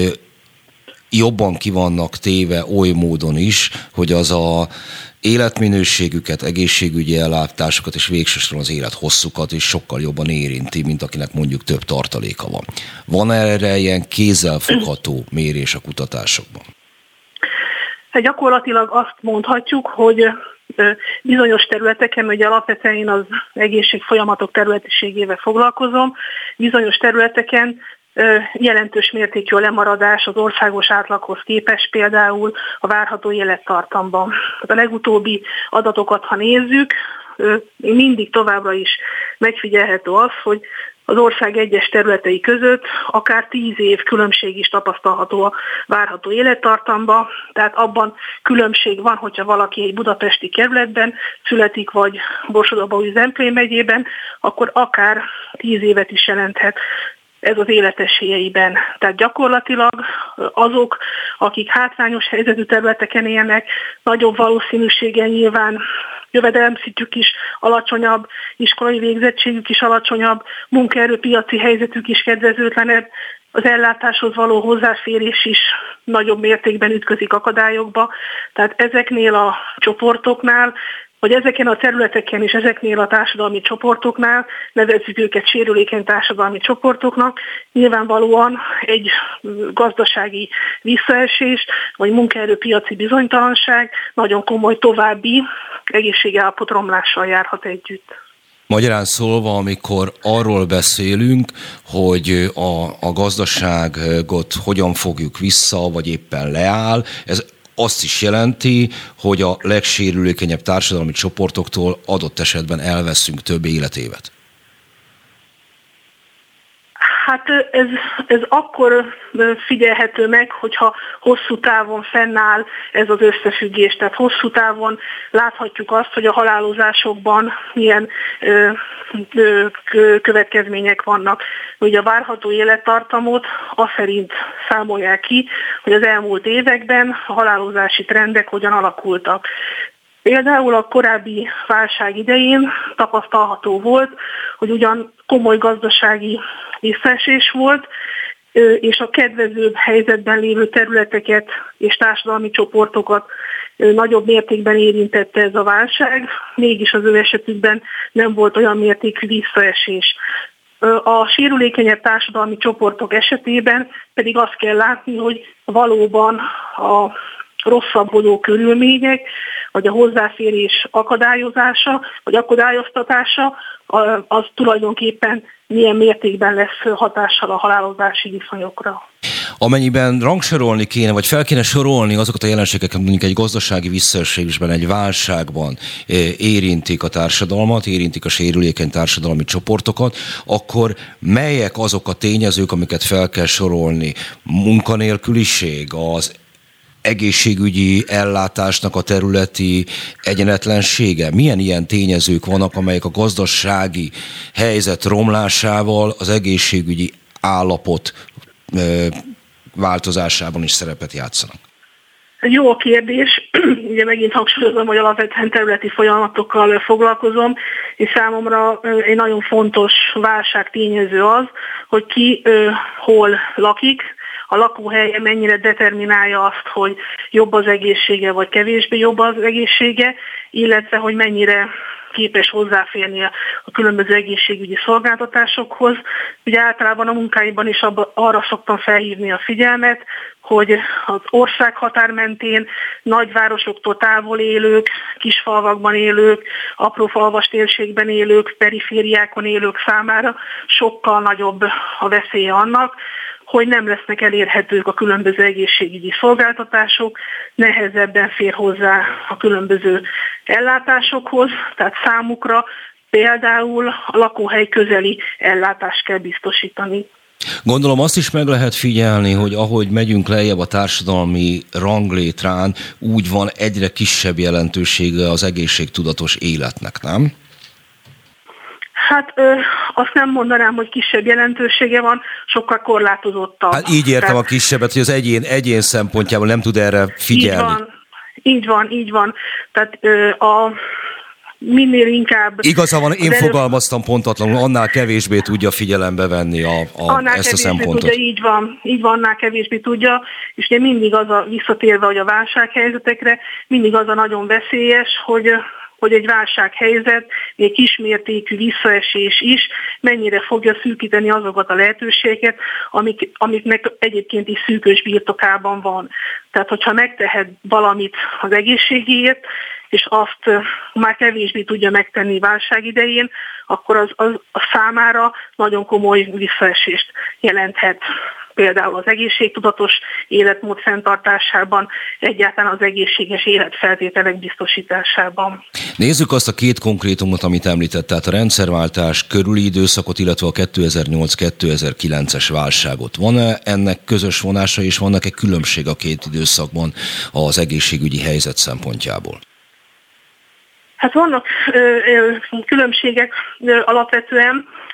jobban ki vannak téve oly módon is, hogy az a életminőségüket, egészségügyi ellátásokat és végsősorban az élethosszukat is sokkal jobban érinti, mint akinek mondjuk több tartaléka van. Van erre ilyen kézzelfogható mérés a kutatásokban? Hát gyakorlatilag azt mondhatjuk, hogy bizonyos területeken, ugye alapvetően én az egészségfolyamatok területiségével foglalkozom, bizonyos területeken jelentős mértékű a lemaradás az országos átlaghoz képest, például a várható élettartamban. A legutóbbi adatokat, ha nézzük, mindig továbbra is megfigyelhető az, hogy az ország egyes területei között akár 10 év különbség is tapasztalható a várható élettartamban, tehát abban különbség van, hogyha valaki egy budapesti kerületben születik, vagy Borsod-Abaúj-Zemplén megyében, akkor akár 10 évet is jelenthet ez az életesélyeiben. Tehát gyakorlatilag azok, akik hátrányos helyzetű területeken élnek, nagyobb valószínűséggel nyilván jövedelemszintjük is alacsonyabb, iskolai végzettségük is alacsonyabb, munkaerőpiaci helyzetük is kedvezőtlenebb, az ellátáshoz való hozzáférés is nagyobb mértékben ütközik akadályokba. Tehát ezeknél a csoportoknál, vagy ezeken a területeken és ezeknél a társadalmi csoportoknál, nevezzük őket sérülékeny társadalmi csoportoknak, nyilvánvalóan egy gazdasági visszaesés, vagy munkaerőpiaci bizonytalanság nagyon komoly további egészségállapot romlással járhat együtt. Magyarán szólva, amikor arról beszélünk, hogy a gazdaságot hogyan fogjuk vissza, vagy éppen leáll, ez azt is jelenti, hogy a legsérülékenyebb társadalmi csoportoktól adott esetben elveszünk több életévet. Hát ez akkor figyelhető meg, hogyha hosszú távon fennáll ez az összefüggés. Tehát hosszú távon láthatjuk azt, hogy a halálozásokban milyen következmények vannak. Ugye a várható élettartamot azt szerint számolják ki, hogy az elmúlt években a halálozási trendek hogyan alakultak. Például a korábbi válság idején tapasztalható volt, hogy ugyan komoly gazdasági visszaesés volt, és a kedvezőbb helyzetben lévő területeket és társadalmi csoportokat nagyobb mértékben érintette ez a válság, mégis az ő esetükben nem volt olyan mértékű visszaesés. A sérülékenyebb társadalmi csoportok esetében pedig azt kell látni, hogy valóban a rosszabbodó körülmények, vagy a hozzáférés akadályozása, vagy akadályoztatása, az tulajdonképpen milyen mértékben lesz hatással a halálozási viszonyokra. Amennyiben rangsorolni kéne, vagy fel kéne sorolni azokat a jelenségeket, mondjuk egy gazdasági visszaesésben, egy válságban érintik a társadalmat, érintik a sérülékeny társadalmi csoportokat, akkor melyek azok a tényezők, amiket fel kell sorolni? Munkanélküliség, az egészségügyi ellátásnak a területi egyenetlensége? Milyen ilyen tényezők vannak, amelyek a gazdasági helyzet romlásával az egészségügyi állapot változásában is szerepet játszanak? Jó a kérdés. Ugye megint hangsúlyozom, hogy alapvetően területi folyamatokkal foglalkozom, és számomra egy nagyon fontos válságtényező az, hogy ki hol lakik, a lakóhelye mennyire determinálja azt, hogy jobb az egészsége, vagy kevésbé jobb az egészsége, illetve hogy mennyire képes hozzáférni a különböző egészségügyi szolgáltatásokhoz. Ugye általában a munkáimban is arra szoktam felhívni a figyelmet, hogy az országhatár mentén nagyvárosoktól távol élők, kisfalvakban élők, aprófalvas térségben élők, perifériákon élők számára sokkal nagyobb a veszélye annak, hogy nem lesznek elérhetők a különböző egészségügyi szolgáltatások, nehezebben fér hozzá a különböző ellátásokhoz, tehát számukra például a lakóhely közeli ellátást kell biztosítani. Gondolom azt is meg lehet figyelni, hogy ahogy megyünk lejjebb a társadalmi ranglétrán, úgy van egyre kisebb jelentősége az egészségtudatos életnek, nem? Hát azt nem mondanám, hogy kisebb jelentősége van, sokkal korlátozottabb. Hát így értem tehát, a kisebbet, hogy az egyén szempontjából nem tud erre figyelni. Így van. Tehát minél inkább... Igaza van, én fogalmaztam pontatlanul, annál kevésbé tudja figyelembe venni ezt a szempontot. Tudja, így van, annál kevésbé tudja, és ugye mindig az visszatérve, hogy a válsághelyzetekre, mindig az a nagyon veszélyes, hogy egy válsághelyzet, egy kismértékű visszaesés is mennyire fogja szűkíteni azokat a lehetőségeket, amiknek egyébként is szűkös birtokában van. Tehát, hogyha megtehet valamit az egészségéért, és azt már kevésbé tudja megtenni válság idején, akkor az a számára nagyon komoly visszaesést jelenthet. Például az egészségtudatos életmód fenntartásában, egyáltalán az egészséges életfeltételek biztosításában. Nézzük azt a két konkrétumot, amit említett, tehát a rendszerváltás körüli időszakot, illetve a 2008-2009-es válságot. Van-e ennek közös vonása, és vannak-e különbség a két időszakban az egészségügyi helyzet szempontjából? Hát vannak különbségek alapvetően.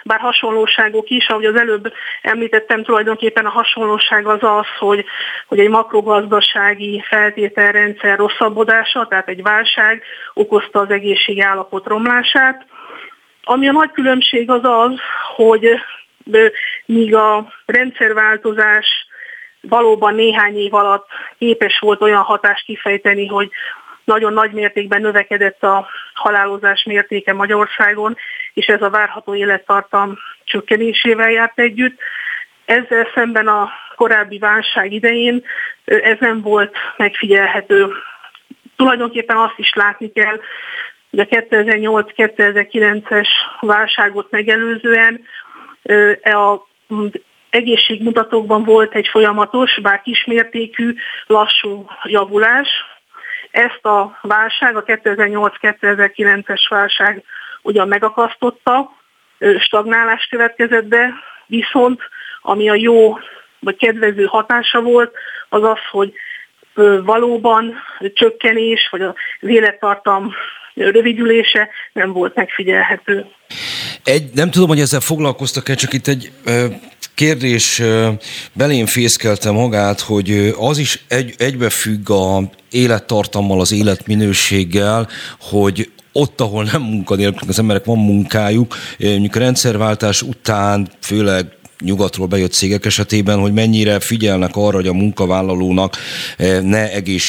bár hasonlóságok is, ahogy az előbb említettem, tulajdonképpen a hasonlóság az az, hogy egy makrogazdasági feltételrendszer rosszabbodása, tehát egy válság okozta az egészségi állapot romlását. Ami a nagy különbség az az, hogy míg a rendszerváltozás valóban néhány év alatt képes volt olyan hatást kifejteni, hogy nagyon nagy mértékben növekedett a halálozás mértéke Magyarországon, és ez a várható élettartam csökkenésével járt együtt. Ezzel szemben a korábbi válság idején ez nem volt megfigyelhető. Tulajdonképpen azt is látni kell, hogy a 2008-2009-es válságot megelőzően az egészségmutatókban volt egy folyamatos, bár kismértékű, lassú javulás. Ezt a válság, a 2008-2009-es válság ugyan megakasztotta, stagnálás következett be, viszont ami a jó vagy kedvező hatása volt, az az, hogy valóban csökkenés, vagy az élettartam rövidülése nem volt megfigyelhető. Nem tudom, hogy ezzel foglalkoztak-e, csak itt egy kérdés belém fészkelte magát, hogy az is egybefügg az élettartammal, az életminőséggel, hogy ott, ahol nem munkanélkül, az emberek van munkájuk, mondjuk a rendszerváltás után, főleg nyugatról bejött cégek esetében, hogy mennyire figyelnek arra, hogy a munkavállalónak ne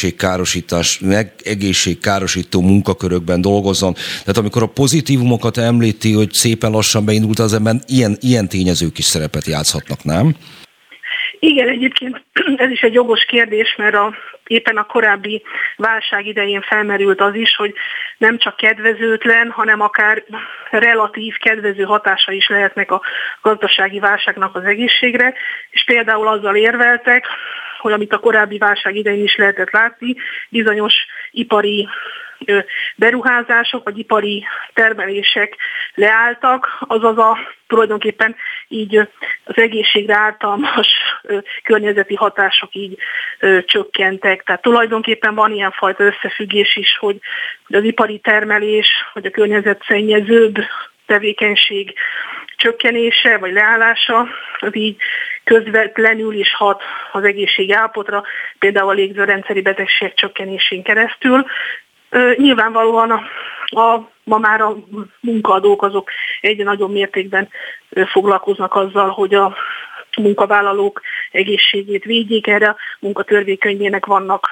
egészségkárosító munkakörökben dolgozzon. Tehát amikor a pozitívumokat említi, hogy szépen lassan beindult az ember, ilyen tényezők is szerepet játszhatnak, nem? Igen, egyébként ez is egy jogos kérdés, mert éppen a korábbi válság idején felmerült az is, hogy nem csak kedvezőtlen, hanem akár relatív kedvező hatása is lehetnek a gazdasági válságnak az egészségre, és például azzal érveltek, hogy amit a korábbi válság idején is lehetett látni, bizonyos ipari beruházások vagy ipari termelések leálltak, azaz tulajdonképpen így az egészségre ártalmas környezeti hatások így csökkentek. Tehát tulajdonképpen van ilyenfajta összefüggés is, hogy az ipari termelés vagy a környezetszennyezőbb tevékenység csökkenése vagy leállása, az így közvetlenül is hat az egészségi állapotra, például a légzőrendszeri betegségek csökkenésén keresztül. Nyilvánvalóan ma már a munkaadók azok egyre nagyobb mértékben foglalkoznak azzal, hogy a munkavállalók egészségét védjék, erre a munkatörvénykönyvének vannak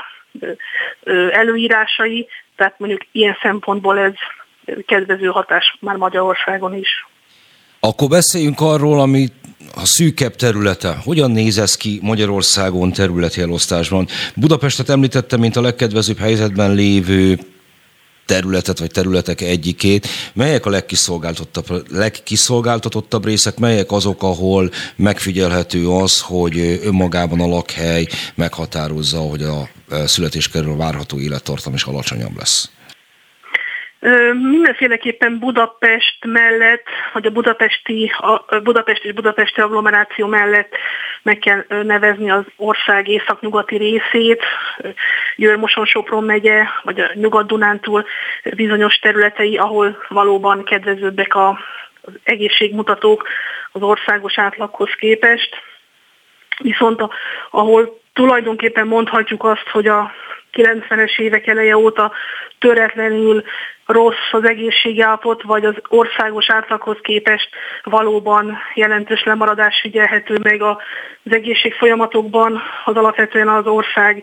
előírásai, tehát mondjuk ilyen szempontból ez kedvező hatás már Magyarországon is. Akkor beszéljünk arról, ami a szűkebb területe. Hogyan néz ez ki Magyarországon területi elosztásban? Budapestet említettem, mint a legkedvezőbb helyzetben lévő területet, vagy területek egyikét. Melyek a legkiszolgáltatottabb részek, melyek azok, ahol megfigyelhető az, hogy önmagában a lakhely meghatározza, hogy a születéskorról várható élettartam is alacsonyabb lesz? Mindenféleképpen Budapest mellett, vagy a Budapest és budapesti agglomeráció mellett meg kell nevezni az ország északnyugati részét, Győr-Moson-Sopron megye, vagy a Nyugat-Dunántúl bizonyos területei, ahol valóban kedvezőbbek az egészségmutatók az országos átlaghoz képest. Viszont ahol tulajdonképpen mondhatjuk azt, hogy a 90-es évek eleje óta töretlenül rossz az egészségi állapot, vagy az országos átlaghoz képest valóban jelentős lemaradás figyelhető meg az egészségfolyamatokban, az alapvetően az ország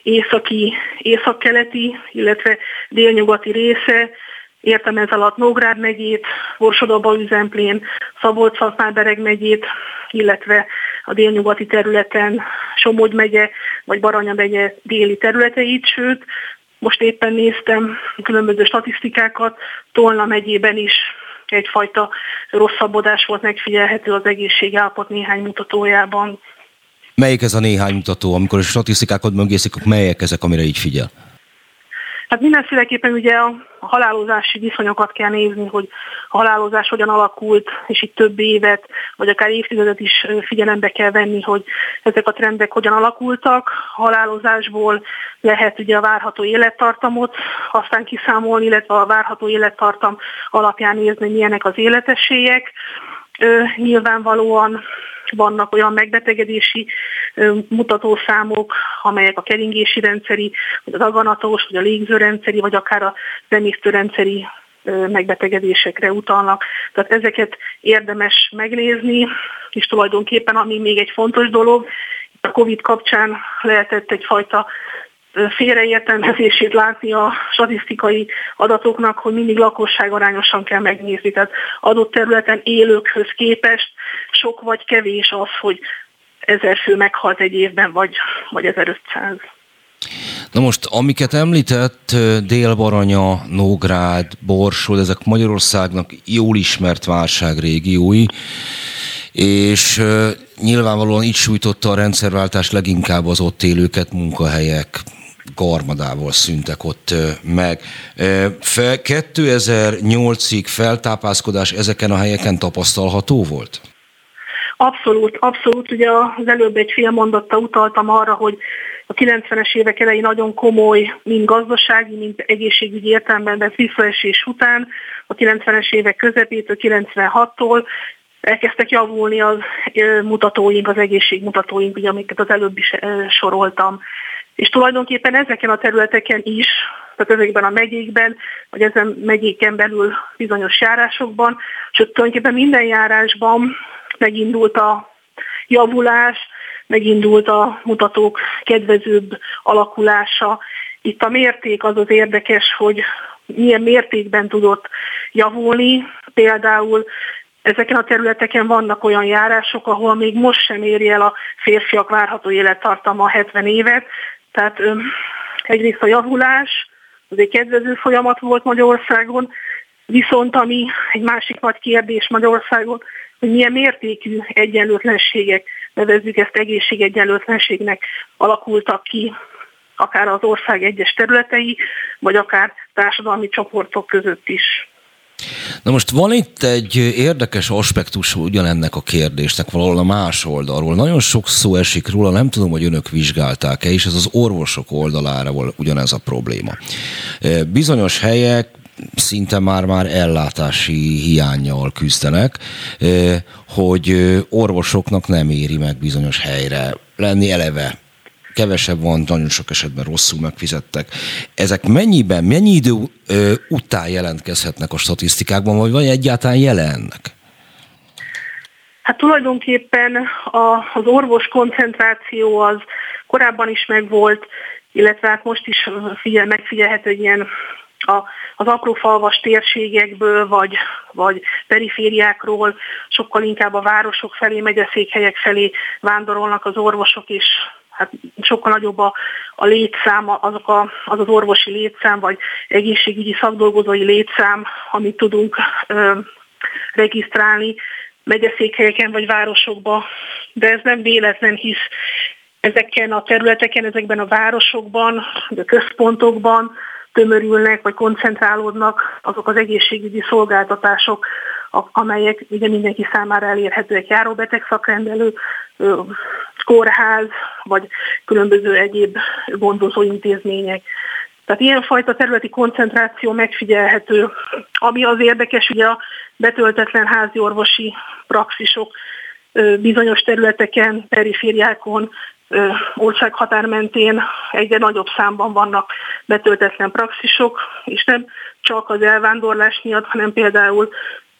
északkeleti, illetve délnyugati része, értem ez alatt Nógrád megyét, Borsod-Abaúj-Zemplén, Szabolcs-Szatmár-Bereg megyét, illetve a délnyugati területen Somogy megye vagy Baranya megye déli területeit, sőt, most éppen néztem különböző statisztikákat, Tolna megyében is egyfajta rosszabbodás volt megfigyelhető az egészségi állapot néhány mutatójában. Melyik ez a néhány mutató? Amikor a statisztikákat mögészik, melyek ezek, amire így figyel? Hát mindenféleképpen ugye a halálozási viszonyokat kell nézni, hogy a halálozás hogyan alakult, és itt több évet, vagy akár évtizedet is figyelembe kell venni, hogy ezek a trendek hogyan alakultak. A halálozásból lehet ugye a várható élettartamot aztán kiszámolni, illetve a várható élettartam alapján nézni, milyenek az életesélyek. Nyilvánvalóan vannak olyan megbetegedési mutatószámok, amelyek a keringési rendszeri, vagy a daganatos, vagy a légzőrendszeri, vagy akár a emésztőrendszeri megbetegedésekre utalnak. Tehát ezeket érdemes megnézni, és tulajdonképpen ami még egy fontos dolog, a Covid kapcsán lehetett egyfajta félreértelmezését látni a statisztikai adatoknak, hogy mindig lakosságarányosan kell megnézni. Tehát adott területen élőkhöz képest sok vagy kevés az, hogy 1000 fő meghalt egy évben, vagy 1500. Na most, amiket említett, Dél-Baranya, Nógrád, Borsod, ezek Magyarországnak jól ismert válságrégiói, és nyilvánvalóan itt sújtotta a rendszerváltás leginkább az ott élőket, munkahelyek garmadával szűntek ott meg. 2008-ig feltápászkodás ezeken a helyeken tapasztalható volt? Abszolút. Ugye az előbb egy fél mondattal utaltam arra, hogy a 90-es évek elején nagyon komoly, mind gazdasági, mind egészségügyi értelemben vett visszaesés után, a 90-es évek közepétől, 96-tól elkezdtek javulni az mutatóink, az egészségmutatóink, ugye, amiket az előbb is soroltam. És tulajdonképpen ezeken a területeken is, tehát ezekben a megyékben, vagy ezen megyéken belül bizonyos járásokban, sőt tulajdonképpen minden járásban megindult a javulás, megindult a mutatók kedvezőbb alakulása. Itt a mérték az érdekes, hogy milyen mértékben tudott javulni. Például ezeken a területeken vannak olyan járások, ahol még most sem éri el a férfiak várható élettartama a 70 évet. Tehát egyrészt a javulás, az egy kedvező folyamat volt Magyarországon, viszont ami egy másik nagy kérdés Magyarországon, hogy milyen mértékű egyenlőtlenségek, nevezzük ezt egészségegyenlőtlenségnek, alakultak ki akár az ország egyes területei, vagy akár társadalmi csoportok között is. Na most van itt egy érdekes aspektus ugyanennek a kérdésnek valahol a más oldalról. Nagyon sok szó esik róla, nem tudom, hogy önök vizsgálták-e, és ez az orvosok oldalára ugyanez a probléma. Bizonyos helyek szinte már ellátási hiánnyal küzdenek, hogy orvosoknak nem éri meg bizonyos helyre lenni eleve. Kevesebb van, nagyon sok esetben rosszul megfizettek. Ezek mennyi idő után jelentkezhetnek a statisztikákban, vagy egyáltalán jelennek? Hát tulajdonképpen az orvos koncentráció az korábban is megvolt, illetve hát most is megfigyelhető, hogy ilyen az aprófalvas térségekből, vagy perifériákról sokkal inkább a városok felé, megyeszékhelyek felé vándorolnak az orvosok, és hát sokkal nagyobb a létszám, az orvosi létszám, vagy egészségügyi szakdolgozói létszám, amit tudunk regisztrálni megyeszékhelyeken vagy városokban. De ez nem véletlen, hisz ezeken a területeken, ezekben a városokban, a központokban tömörülnek, vagy koncentrálódnak azok az egészségügyi szolgáltatások, amelyek ugye mindenki számára elérhetőek, járóbeteg szakrendelő, kórház, vagy különböző egyéb gondozó intézmények. Tehát ilyenfajta területi koncentráció megfigyelhető. Ami az érdekes, ugye a betöltetlen házi orvosi praxisok bizonyos területeken, perifériákon, országhatár mentén egyre nagyobb számban vannak betöltetlen praxisok, és nem csak az elvándorlás miatt, hanem például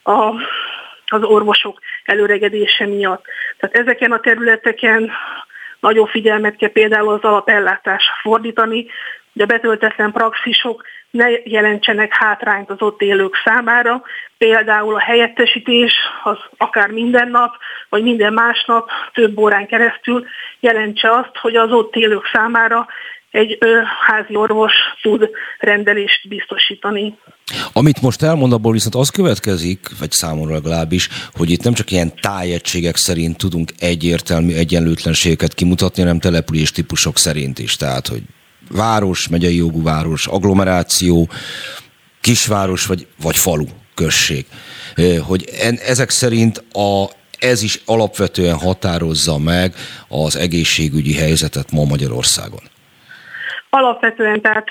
az orvosok előregedése miatt. Tehát ezeken a területeken nagyobb figyelmet kell például az alapellátásra fordítani, hogy a betöltetlen praxisok ne jelentsenek hátrányt az ott élők számára. Például a helyettesítés az akár minden nap, vagy minden másnap több órán keresztül jelentse azt, hogy az ott élők számára egy házi orvos tud rendelést biztosítani. Amit most elmond, abból viszont az következik, vagy számomra legalábbis, hogy itt nem csak ilyen tájegységek szerint tudunk egyértelmű egyenlőtlenségeket kimutatni, hanem település típusok szerint is. Tehát, hogy város, megyei jogú város, agglomeráció, kisváros vagy falu, község. Hogy ezek szerint ez is alapvetően határozza meg az egészségügyi helyzetet ma Magyarországon. Alapvetően, tehát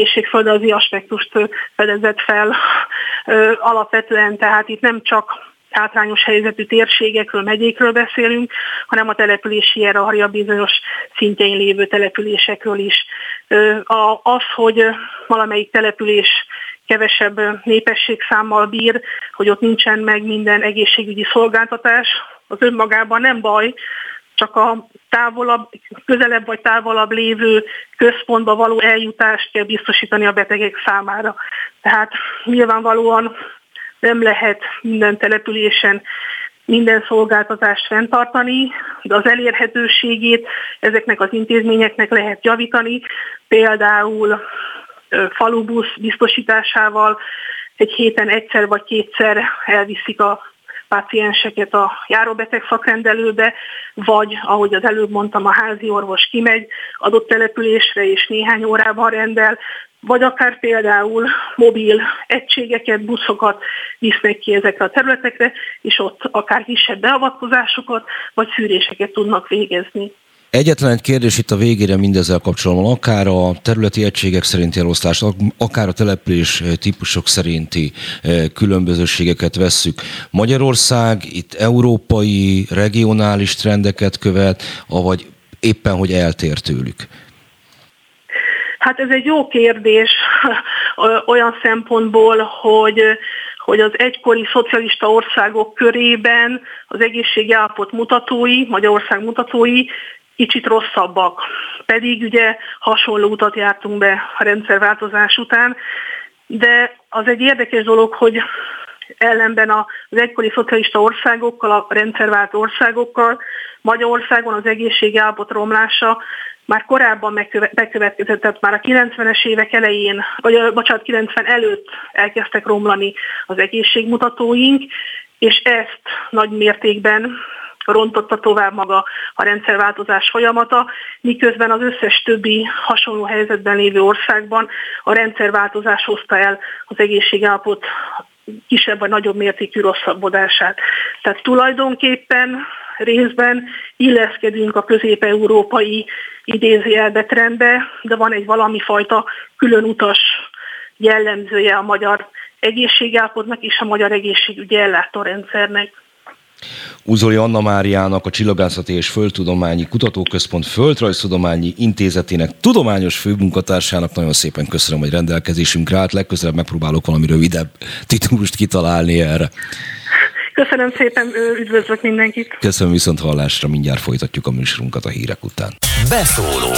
egészségföldrajzi aspektust fedezett fel. Alapvetően, tehát itt nem csak hátrányos helyzetű térségekről, megyékről beszélünk, hanem a települési hierarchia bizonyos szintjein lévő településekről is. Az, hogy valamelyik település kevesebb népességszámmal bír, hogy ott nincsen meg minden egészségügyi szolgáltatás, az önmagában nem baj, csak a közelebb vagy távolabb lévő központba való eljutást kell biztosítani a betegek számára. Tehát nyilvánvalóan nem lehet minden településen minden szolgáltatást fenntartani, de az elérhetőségét ezeknek az intézményeknek lehet javítani, például falubusz biztosításával egy héten egyszer vagy kétszer elviszik a pácienseket a járóbeteg szakrendelőbe, vagy, ahogy az előbb mondtam, a házi orvos kimegy adott településre és néhány órában rendel, vagy akár például mobil egységeket, buszokat visznek ki ezekre a területekre, és ott akár kisebb beavatkozásokat, vagy szűréseket tudnak végezni. Egyetlen egy kérdés itt a végére mindezzel kapcsolatban, akár a területi egységek szerinti elosztást, akár a település típusok szerinti különbözőségeket vesszük. Magyarország itt európai, regionális trendeket követ, avagy éppen, hogy eltér tőlük? Hát ez egy jó kérdés olyan szempontból, hogy az egykori szocialista országok körében az egészségi állapot mutatói, Magyarország mutatói kicsit rosszabbak. Pedig ugye hasonló utat jártunk be a rendszerváltozás után, de az egy érdekes dolog, hogy ellenben az egykori szocialista országokkal, a rendszervált országokkal Magyarországon az egészségi állapot romlása már korábban bekövetkezett, tehát már a 90-es évek elején, 90 előtt elkezdtek romlani az egészségmutatóink, és ezt nagy mértékben rontotta tovább maga a rendszerváltozás folyamata, miközben az összes többi hasonló helyzetben lévő országban a rendszerváltozás hozta el az egészségállapot kisebb vagy nagyobb mértékű rosszabbodását. Tehát tulajdonképpen részben illeszkedünk a közép-európai idézőjelbe trendbe, de van egy valami fajta különutas jellemzője a magyar egészségállapotnak és a magyar egészségügyi ellátórendszernek. Uzoli Anna Máriának, a Csillagászati és Földtudományi Kutatóközpont Földrajztudományi Intézetének tudományos főmunkatársának nagyon szépen köszönöm, hogy rendelkezésünkre állt. Legközelebb megpróbálok valami rövidebb titulust kitalálni erre. Köszönöm szépen, üdvözlök mindenkit. Köszönöm, viszont hallásra, mindjárt folytatjuk a műsorunkat a hírek után. Beszóló.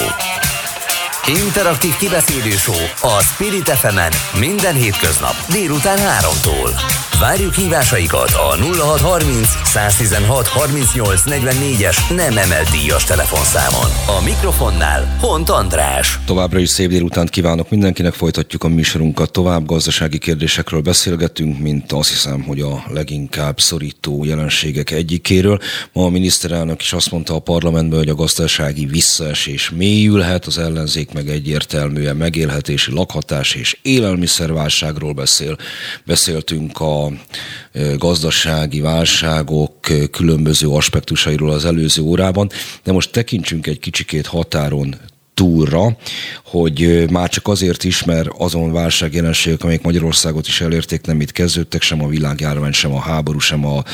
Interaktív kibeszélő show a Spirit FM-en minden hétköznap délután 3-tól. Várjuk hívásaikat a 0630 116 38 44-es nem emelt díjas telefonszámon. A mikrofonnál Hont András. Továbbra is szép délutánt kívánok mindenkinek, folytatjuk a műsorunkat tovább. Gazdasági kérdésekről beszélgetünk, mint azt hiszem, hogy a leginkább szorító jelenségek egyikéről. Ma a miniszterelnök is azt mondta a parlamentben, hogy a gazdasági visszaesés mélyülhet, az ellenzék meg egyértelműen megélhetési, lakhatás és élelmiszerválságról beszél. Beszéltünk a gazdasági válságok különböző aspektusairól az előző órában, de most tekintsünk egy kicsikét határon túlra, hogy már csak azért is, mert azon válságjelenségek, amelyek Magyarországot is elérték, nem itt kezdődtek, sem a világjárvány, sem a háború, sem a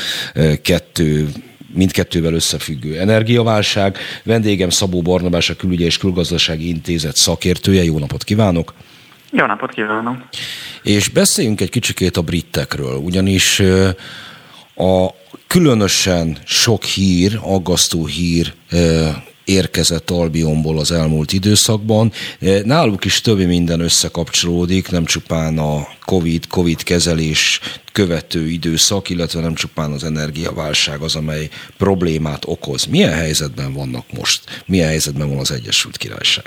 mindkettővel összefüggő energiaválság. Vendégem Szabó Barnabás, a Külügyi és Külgazdasági Intézet szakértője. Jó napot kívánok! Jó napot kívánok! És beszéljünk egy kicsikét a britekről, ugyanis a különösen sok hír, aggasztó hír érkezett Albionból az elmúlt időszakban. Náluk is több minden összekapcsolódik, nem csupán a Covid kezelés követő időszak, illetve nem csupán az energiaválság az, amely problémát okoz. Milyen helyzetben vannak most? Milyen helyzetben van az Egyesült Királyság?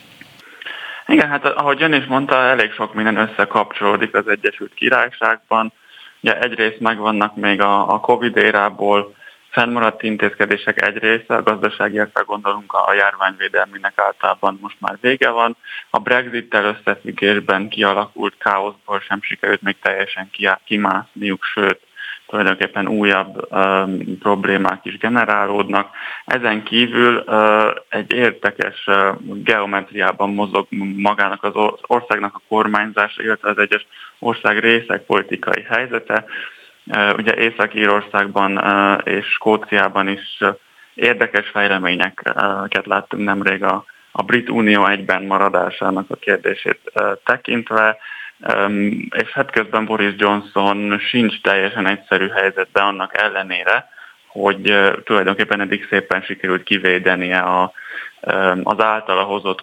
Igen, hát ahogy ön is mondta, elég sok minden összekapcsolódik az Egyesült Királyságban. Ugye egyrészt megvannak még a Covid érából fennmaradt intézkedések egy része, a gazdaságiakra gondolunk, a járványvédelmének általában most már vége van. A Brexit-tel összefüggésben kialakult káoszból sem sikerült még teljesen kimászniuk, sőt, tulajdonképpen újabb problémák is generálódnak. Ezen kívül egy érdekes geometriában mozog magának az országnak a kormányzása, illetve az egyes ország részek politikai helyzete. Ugye Észak-Írországban és Skóciában is érdekes fejleményeket láttunk nemrég a Brit Unió egyben maradásának a kérdését tekintve, és hát közben Boris Johnson sincs teljesen egyszerű helyzetben annak ellenére, hogy tulajdonképpen eddig szépen sikerült kivédenie az általa hozott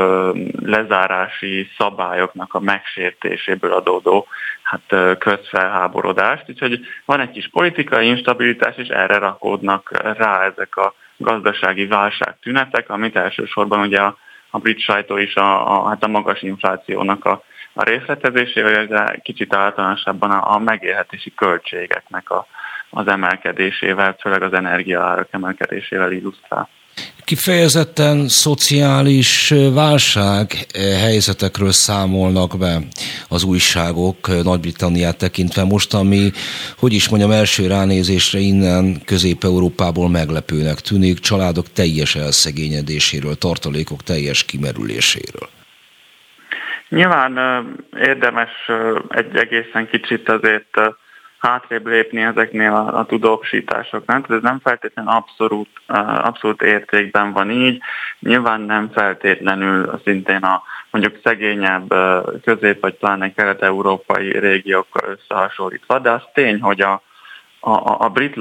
lezárási szabályoknak a megsértéséből adódó közfelháborodást. Úgyhogy van egy kis politikai instabilitás, és erre rakódnak rá ezek a gazdasági válság tünetek, amit elsősorban ugye a brit sajtó is a magas inflációnak a részletezésével, de kicsit általánosabban a megélhetési költségeknek az emelkedésével, főleg az energiaárak emelkedésével illusztrál. Kifejezetten szociális válság helyzetekről számolnak be az újságok Nagy-Britanniát tekintve most, ami, első ránézésre innen Közép-Európából meglepőnek tűnik, családok teljes elszegényedéséről, tartalékok teljes kimerüléséről. Nyilván érdemes egy egészen kicsit azért hátrébb lépni ezeknél a tudósításoknál. Ez nem feltétlenül abszolút értékben van így. Nyilván nem feltétlenül szintén a mondjuk szegényebb közép- vagy pláne kelet-európai régiókkal összehasonlítva, de az tény, hogy a brit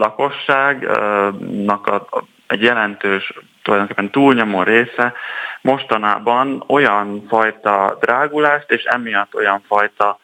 lakosságnak egy jelentős, tulajdonképpen túlnyomó része mostanában olyan fajta drágulást, és emiatt olyan fajta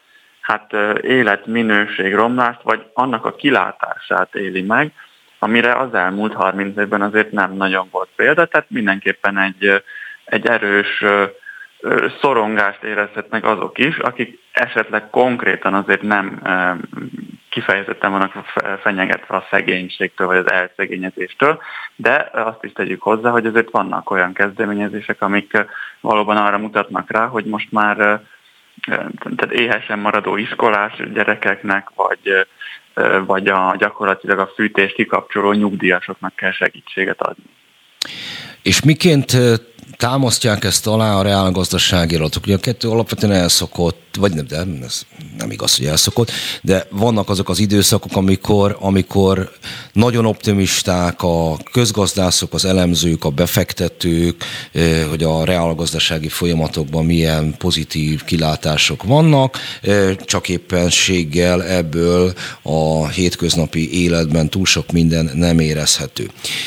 életminőségromlást, vagy annak a kilátását éli meg, amire az elmúlt 30 évben azért nem nagyon volt példa, tehát mindenképpen egy erős szorongást érezhetnek azok is, akik esetleg konkrétan azért nem kifejezetten vannak fenyegetve a szegénységtől, vagy az elszegényedéstől, de azt is tegyük hozzá, hogy azért vannak olyan kezdeményezések, amik valóban arra mutatnak rá, hogy most már tehát éhesen maradó iskolás gyerekeknek, vagy gyakorlatilag a fűtést kikapcsoló nyugdíjasoknak kell segítséget adni. És miként támasztják ezt alá a reálgazdasági adatok? Ugye a kettő alapvetően elszokott, vagy nem, de ez nem igaz, hogy elszokott, de vannak azok az időszakok, amikor nagyon optimisták a közgazdászok, az elemzők, a befektetők, hogy a reálgazdasági folyamatokban milyen pozitív kilátások vannak, csak éppenséggel ebből a hétköznapi életben túl sok minden nem érezhető.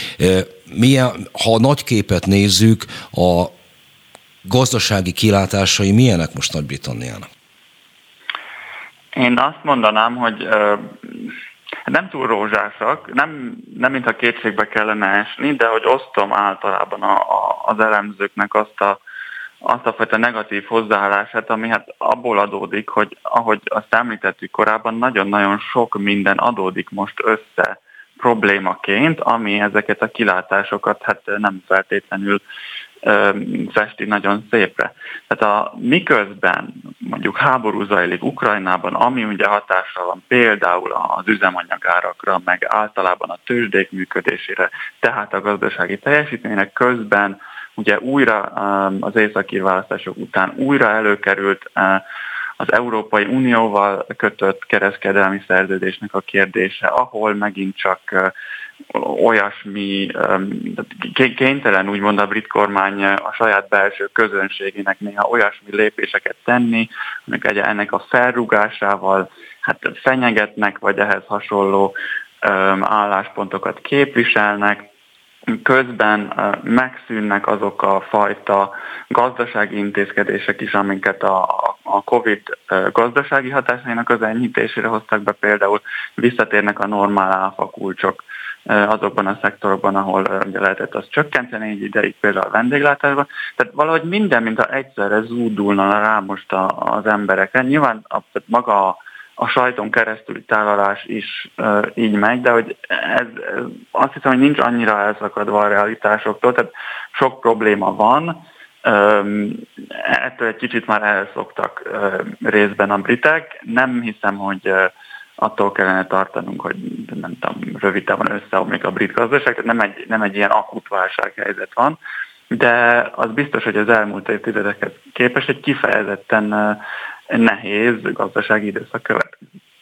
Ha a nagy képet nézzük, a gazdasági kilátásai milyenek most Nagy-Britanniának? Én azt mondanám, hogy nem túl rózsásak, nem mintha kétségbe kellene esni, de hogy osztom általában az elemzőknek azt a fajta negatív hozzáállását, ami abból adódik, hogy ahogy azt említettük korábban, nagyon-nagyon sok minden adódik most össze problémaként, ami ezeket a kilátásokat nem feltétlenül festi nagyon szépre. Tehát miközben mondjuk háború zajlik Ukrajnában, ami ugye hatással van például az üzemanyagárakra, meg általában a tőzsdék működésére, tehát a gazdasági teljesítménynek, közben ugye újra az északi választások után újra előkerült az Európai Unióval kötött kereskedelmi szerződésnek a kérdése, ahol megint csak olyasmi, kénytelen úgymond a brit kormány a saját belső közönségének néha olyasmi lépéseket tenni, amik ennek a felrúgásával fenyegetnek, vagy ehhez hasonló álláspontokat képviselnek. Közben megszűnnek azok a fajta gazdasági intézkedések is, amiket a Covid gazdasági hatásainak az enyhítésére hoztak be, például visszatérnek a normál áfakulcsok azokban a szektorokban, ahol ugye lehetett azt csökkenteni egy ideig, például a vendéglátásban. Tehát valahogy minden, mintha egyszerre zúdulna rá most az emberekre. Nyilván maga a sajton keresztüli tálalás is így megy, de hogy ez azt hiszem, hogy nincs annyira elszakadva a realitásoktól, tehát sok probléma van, ettől egy kicsit már elszoktak részben a britek. Nem hiszem, hogy attól kellene tartanunk, hogy nem tudom, rövid távon összeomlik a brit gazdaság, tehát nem egy ilyen akut válsághelyzet van, de az biztos, hogy az elmúlt évtizedekhez képest egy kifejezetten nehéz gazdasági időszak következik.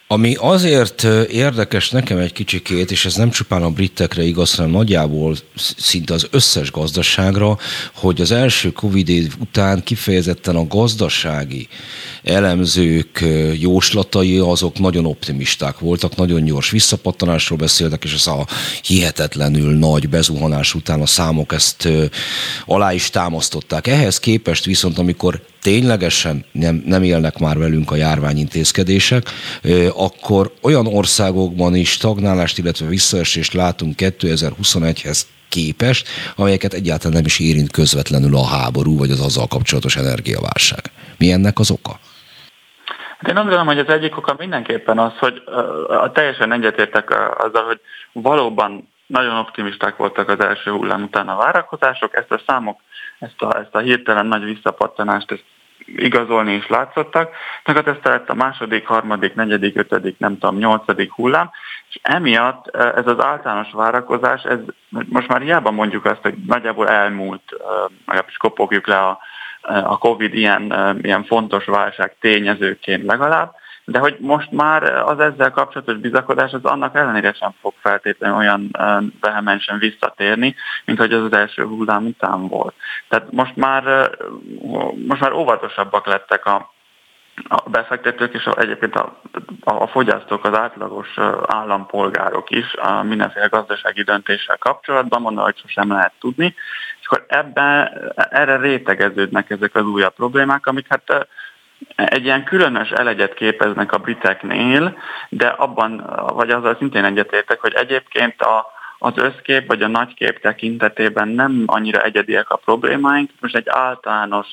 Ami azért érdekes nekem egy kicsikét, és ez nem csupán a britekre igaz, hanem nagyjából szinte az összes gazdaságra, hogy az első Covid év után kifejezetten a gazdasági elemzők jóslatai azok nagyon optimisták voltak, nagyon gyors visszapattanásról beszéltek, és ez a hihetetlenül nagy bezuhanás után a számok ezt alá is támasztották. Ehhez képest viszont, amikor ténylegesen nem élnek már velünk a járványintézkedések, akkor olyan országokban is stagnálást, illetve visszaesést látunk 2021-hez képest, amelyeket egyáltalán nem is érint közvetlenül a háború, vagy az azzal kapcsolatos energiaválság. Mi ennek az oka? Hát én azt gondolom, hogy az egyik oka mindenképpen az, hogy teljesen egyetértek azzal, hogy valóban nagyon optimisták voltak az első hullám után a várakozások, ezt a számok, ezt a hirtelen nagy visszapattanást, ezt igazolni is látszottak, tehát ez lett a második, harmadik, negyedik, ötödik, nem tudom, nyolcadik hullám, és emiatt ez az általános várakozás, ez most már hiába mondjuk azt, hogy nagyjából elmúlt, legalábbis kopogjuk le a Covid ilyen fontos válság tényezőként legalább, de hogy most már az ezzel kapcsolatos bizakodás az annak ellenére sem fog feltétlenül olyan vehemensen visszatérni, mint hogy az első hullám után volt. Tehát most már óvatosabbak lettek a befektetők, és egyébként a fogyasztók, az átlagos állampolgárok is a mindenféle gazdasági döntéssel kapcsolatban, mondom, hogy sosem lehet tudni, és akkor erre rétegeződnek ezek az újabb problémák, amik hát egy ilyen különös elegyet képeznek a briteknél, de abban, vagy azzal szintén egyetértek, hogy egyébként az összkép vagy a nagykép tekintetében nem annyira egyediek a problémáink, most egy általános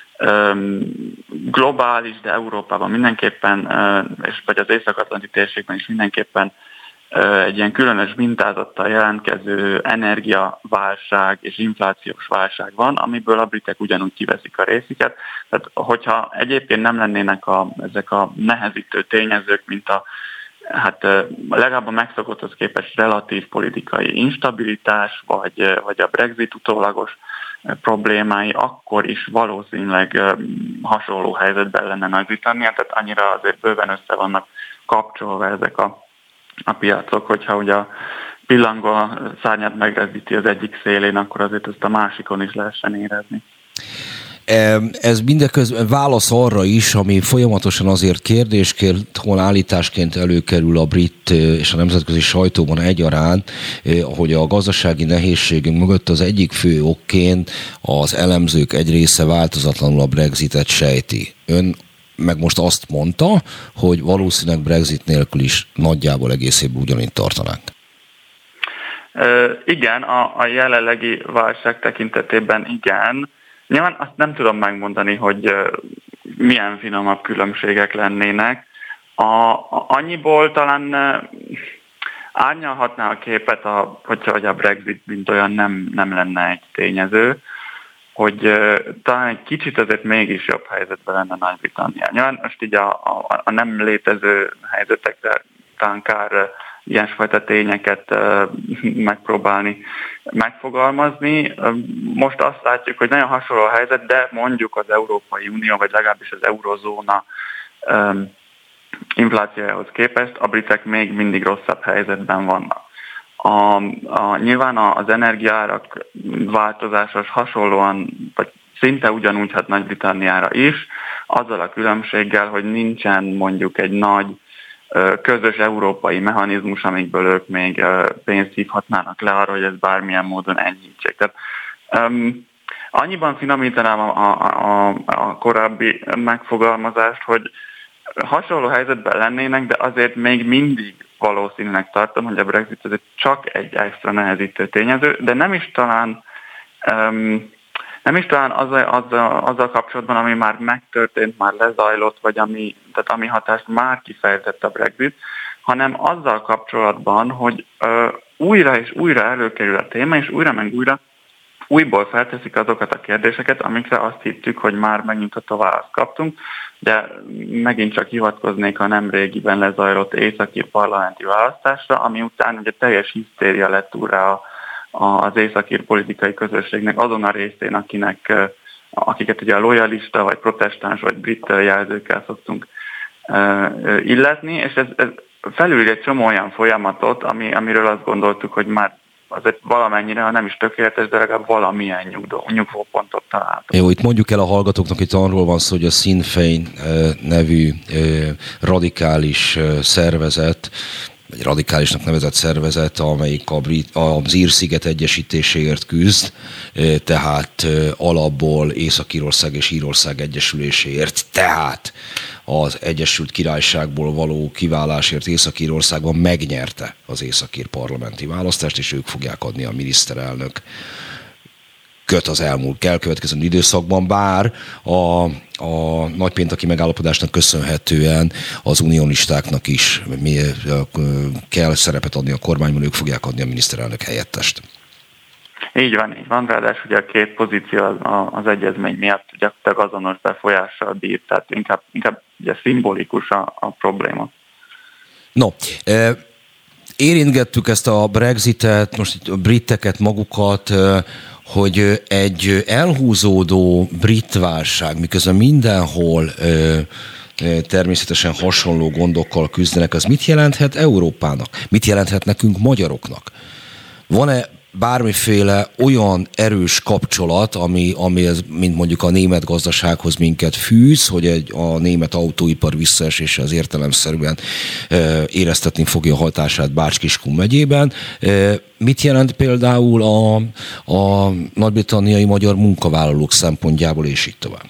globális, de Európában mindenképpen, vagy az Észak-Atlanti térségben is mindenképpen egy ilyen különös mintázattal jelentkező energiaválság és inflációs válság van, amiből a britek ugyanúgy kiveszik a részüket. Tehát, hogyha egyébként nem lennének ezek a nehezítő tényezők, mint legalább a megszokotthoz képest relatív politikai instabilitás, vagy a Brexit utólagos problémái, akkor is valószínűleg hasonló helyzetben lenne Nagy-Britannia, tehát annyira azért bőven össze vannak kapcsolva ezek a piacok, hogyha ugye a pillangó szárnyát megrezdíti az egyik szélén, akkor azért ezt a másikon is lehessen érezni. Ez mindeközben válasz arra is, ami folyamatosan azért kérdésként, hol állításként előkerül a brit és a nemzetközi sajtóban egyaránt, hogy a gazdasági nehézségünk mögött az egyik fő okként az elemzők egy része változatlanul a Brexitet sejti. Ön meg most azt mondta, hogy valószínűleg Brexit nélkül is nagyjából egész évben ugyanígy tartanánk. Igen, a jelenlegi válság tekintetében igen. Nyilván azt nem tudom megmondani, hogy milyen finomabb különbségek lennének. Annyiból talán árnyalhatná a képet, hogy a Brexit mint olyan nem lenne egy tényező, hogy talán egy kicsit azért mégis jobb helyzetben lenne Nagy-Britannia. Nyilván most így a nem létező helyzetekre talán kár ilyesfajta tényeket megpróbálni megfogalmazni. Most azt látjuk, hogy nagyon hasonló a helyzet, de mondjuk az Európai Unió, vagy legalábbis az eurozóna inflációjához képest a britek még mindig rosszabb helyzetben vannak. Nyilván az energiaárak változása hasonlóan, vagy szinte ugyanúgy hat Nagy-Britanniára is, azzal a különbséggel, hogy nincsen mondjuk egy nagy közös európai mechanizmus, amikből ők még pénzt hívhatnának le arra, hogy ez bármilyen módon enyhítsék. Tehát annyiban finomítanám a korábbi megfogalmazást, hogy hasonló helyzetben lennének, de azért még mindig valószínűleg tartom, hogy a Brexit ez csak egy extra nehezítő tényező, de nem is talán azzal kapcsolatban, ami már megtörtént, már lezajlott, vagy ami hatást már kifejtett a Brexit, hanem azzal kapcsolatban, hogy újra és újra előkerül a téma, és újból felteszik azokat a kérdéseket, amikre azt hittük, hogy már megnyugtató választ kaptunk, de megint csak hivatkoznék a nemrégiben lezajlott északi parlamenti választásra, ami után ugye teljes hisztéria lett úrra az északír politikai közösségnek azon a részén, akiket ugye a lojalista, vagy protestáns, vagy brit jelzőkkel szoktunk illetni, és ez felülír egy csomó olyan folyamatot, amiről azt gondoltuk, hogy már azért valamennyire, ha nem is tökéletes, de legalább valamilyen nyugvópontot találtunk. Jó, itt mondjuk el a hallgatóknak, itt arról van szó, hogy a Sinn Féin nevű radikális szervezet, vagy radikálisnak nevezett szervezet, amelyik az Ír-sziget egyesítéséért küzd, tehát alapból Észak-Írország és Írország egyesüléséért, tehát az Egyesült Királyságból való kiválásért Észak-Írországban megnyerte az északír parlamenti választást, és ők fogják adni a miniszterelnök az elkövetkező időszakban, bár a nagypénteki megállapodásnak köszönhetően az unionistáknak is kell szerepet adni a kormányban, ők fogják adni a miniszterelnök helyettest. Így van. Ráadásul ugye a két pozíció az egyezmény miatt gyakorlatilag azonos befolyással bír, tehát inkább ugye szimbolikus a probléma. No, érintgettük ezt a Brexitet, most itt a briteket magukat, hogy egy elhúzódó brit válság, miközben mindenhol természetesen hasonló gondokkal küzdenek, az mit jelenthet Európának? Mit jelenthet nekünk magyaroknak? Van-e bármiféle olyan erős kapcsolat, ami ez, mint mondjuk a német gazdasághoz minket fűz, hogy a német autóipar visszaesése az értelemszerűen éreztetni fogja a hatását Bács-Kiskun megyében. Mit jelent például a nagy-britanniai magyar munkavállalók szempontjából, és így tovább?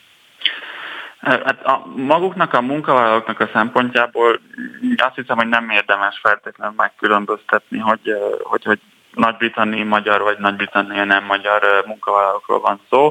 Hát maguknak a munkavállalóknak a szempontjából azt hiszem, hogy nem érdemes feltétlenül megkülönböztetni, hogy nagy-britanniai magyar vagy nagy-britanniai nem magyar munkavállalókról van szó.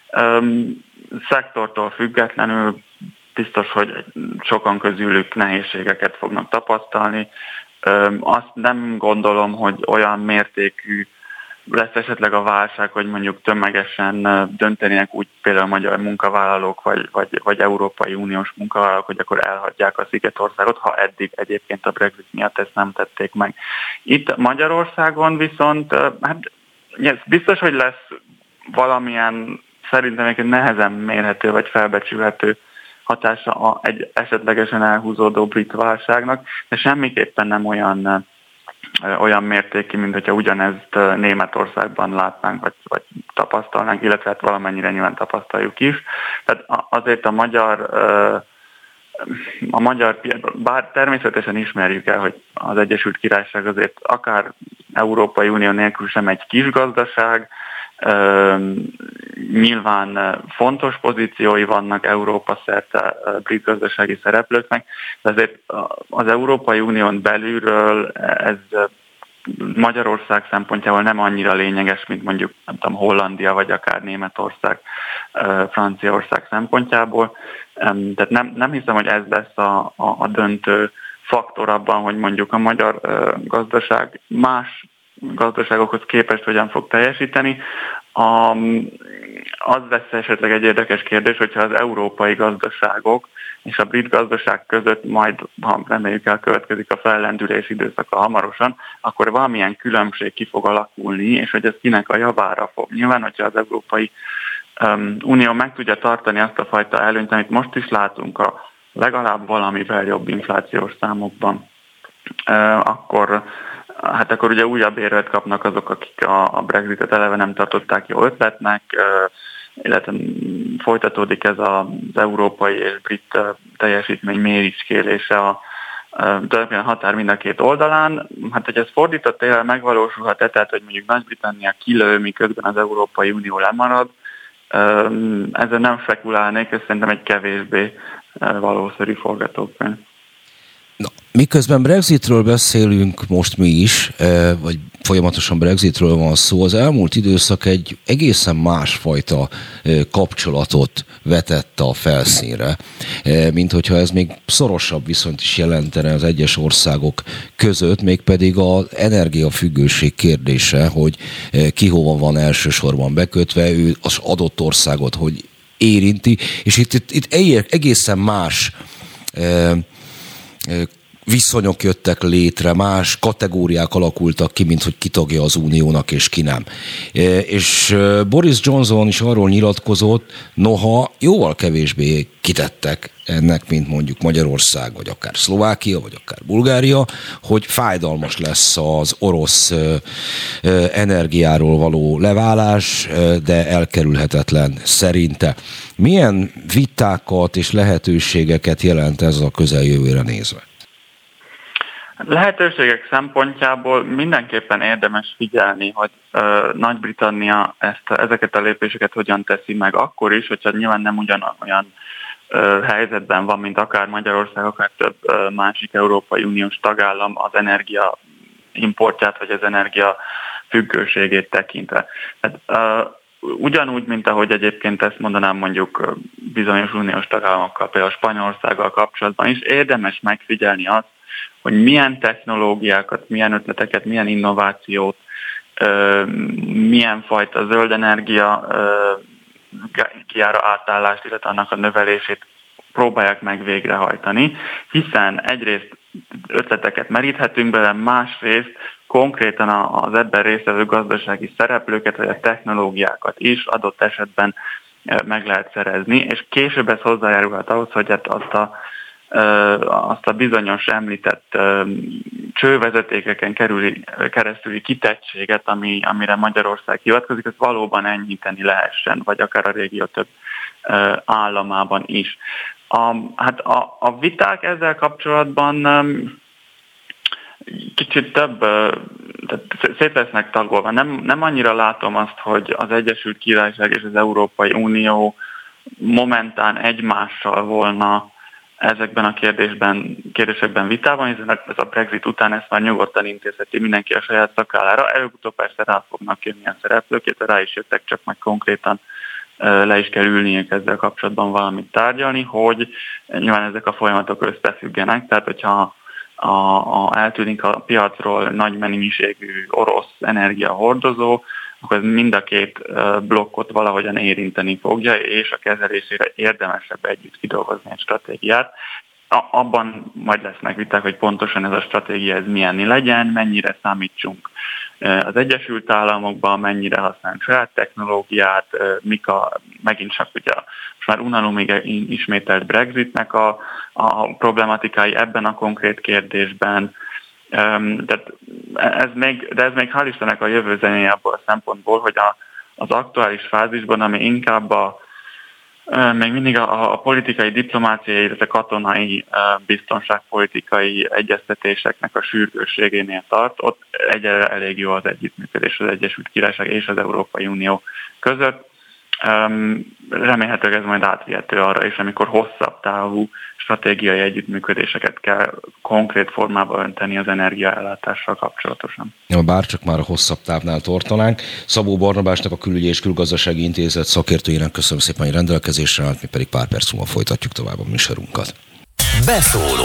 Szektortól függetlenül biztos, hogy sokan közülük nehézségeket fognak tapasztalni. Azt nem gondolom, hogy olyan mértékű lesz esetleg a válság, hogy mondjuk tömegesen döntenének úgy például magyar munkavállalók, vagy Európai Uniós munkavállalók, hogy akkor elhagyják a Szigetországot, ha eddig egyébként a Brexit miatt ezt nem tették meg. Itt Magyarországon viszont, hát ez biztos, hogy lesz valamilyen, szerintem egy nehezen mérhető vagy felbecsülhető hatása egy esetlegesen elhúzódó brit válságnak, de semmiképpen nem olyan mértékű, mint hogyha ugyanezt Németországban látnánk, vagy tapasztalnánk, illetve hát valamennyire nyilván tapasztaljuk is. Tehát azért a magyar, bár természetesen ismerjük el, hogy az Egyesült Királyság azért akár Európai Unió nélkül sem egy kis gazdaság, nyilván fontos pozíciói vannak Európa szerte brit gazdasági szereplőknek, de azért az Európai Unión belülről ez Magyarország szempontjából nem annyira lényeges, mint mondjuk nem tudom, Hollandia, vagy akár Németország, Franciaország szempontjából. Tehát nem hiszem, hogy ez lesz a döntő faktor abban, hogy mondjuk a magyar gazdaság más gazdaságokhoz képest hogyan fog teljesíteni. Az lesz esetleg egy érdekes kérdés, hogyha az európai gazdaságok és a brit gazdaság között majd, ha reméljük elkövetkezik a fellendülés időszaka hamarosan, akkor valamilyen különbség ki fog alakulni, és hogy ez kinek a javára fog. Nyilván, hogyha az Európai Unió meg tudja tartani azt a fajta előnyt, amit most is látunk a legalább valamivel jobb inflációs számokban, akkor ugye újabb érvet kapnak azok, akik a Brexitet eleve nem tartották jó ötletnek, illetve folytatódik ez az európai és brit teljesítmény méricskélése tulajdonképpen a határ mind a két oldalán. Hát, hogy ez fordított tényleg megvalósulhat-e, tehát, hogy mondjuk Nagy-Britannia kilő, miközben az Európai Unió lemarad, ezzel nem spekulálnék, ez szerintem egy kevésbé valószerű forgatókönyv. Na, miközben Brexitről beszélünk most mi is, vagy folyamatosan Brexitről van szó, az elmúlt időszak egy egészen másfajta kapcsolatot vetett a felszínre, mint hogyha ez még szorosabb viszonyt is jelentene az egyes országok között, mégpedig az energiafüggőség kérdése, hogy ki hova van elsősorban bekötve, ő az adott országot hogy érinti, és itt egészen más viszonyok jöttek létre, más kategóriák alakultak ki, mint hogy ki tagja az uniónak és ki nem. És Boris Johnson is arról nyilatkozott, noha jóval kevésbé kitettek ennek, mint mondjuk Magyarország, vagy akár Szlovákia, vagy akár Bulgária, hogy fájdalmas lesz az orosz energiáról való leválás, de elkerülhetetlen szerinte. Milyen vitákat és lehetőségeket jelent ez a közeljövőre nézve? Lehetőségek szempontjából mindenképpen érdemes figyelni, hogy Nagy-Britannia ezeket a lépéseket hogyan teszi meg akkor is, hogyha nyilván nem ugyanolyan helyzetben van, mint akár Magyarország, akár több másik Európai Uniós tagállam az energia importját, vagy az energia függőségét tekintve. Hát, ugyanúgy, mint ahogy egyébként ezt mondanám mondjuk bizonyos uniós tagállamokkal, például Spanyolországgal kapcsolatban is, érdemes megfigyelni azt, hogy milyen technológiákat, milyen ötleteket, milyen innovációt, milyen fajta zöld energia kiára átállást, illetve annak a növelését próbálják meg végrehajtani, hiszen egyrészt ötleteket meríthetünk bele, másrészt konkrétan az ebben résztvevő gazdasági szereplőket, vagy a technológiákat is adott esetben meg lehet szerezni, és később ez hozzájárulhat ahhoz, hogy azt a bizonyos említett csővezetékeken keresztüli kitettséget, amire Magyarország hivatkozik, ezt valóban enyhíteni lehessen, vagy akár a régió több államában is. A viták ezzel kapcsolatban kicsit több, tehát szét lesznek tagolva. Nem annyira látom azt, hogy az Egyesült Királyság és az Európai Unió momentán egymással volna ezekben a kérdésekben vitában, hiszen ez a Brexit után ezt már nyugodtan intézheti mindenki a saját szakállára. Előbb-utóbb persze rá fognak jönni a szereplők, rá is jöttek, csak meg konkrétan le is kell ülniük ezzel kapcsolatban valamit tárgyalni, hogy nyilván ezek a folyamatok összefüggenek, tehát hogyha eltűnik a piacról nagy mennyiségű orosz energiahordozó, akkor ez mind a két blokkot valahogyan érinteni fogja, és a kezelésére érdemesebb együtt kidolgozni egy stratégiát. Abban majd lesznek viták, hogy pontosan ez a stratégia ez milyen legyen, mennyire számítsunk az Egyesült Államokban, mennyire használunk saját technológiát, megint csak ugye most már unalomig ismételt Brexitnek a problematikái ebben a konkrét kérdésben. De ez még hál' Istennek a jövő zenéje abból a szempontból, hogy az aktuális fázisban, ami inkább még mindig a politikai diplomáciai, illetve katonai biztonságpolitikai egyeztetéseknek a sürgősségénél tart, ott egyre elég jó az együttműködés az Egyesült Királyság és az Európai Unió között. Remélhetőleg ez majd átvihető arra is, amikor hosszabb távú stratégiai együttműködéseket kell konkrét formába önteni az energiaellátással kapcsolatosan. Bárcsak már a hosszabb távnál tartanánk. Szabó Barnabásnak, a Külügyi és Külgazdasági Intézet szakértőjének köszönöm szépen, hogy rendelkezésre állt, mi pedig pár perc múlva folytatjuk tovább a műsorunkat. Beszóló.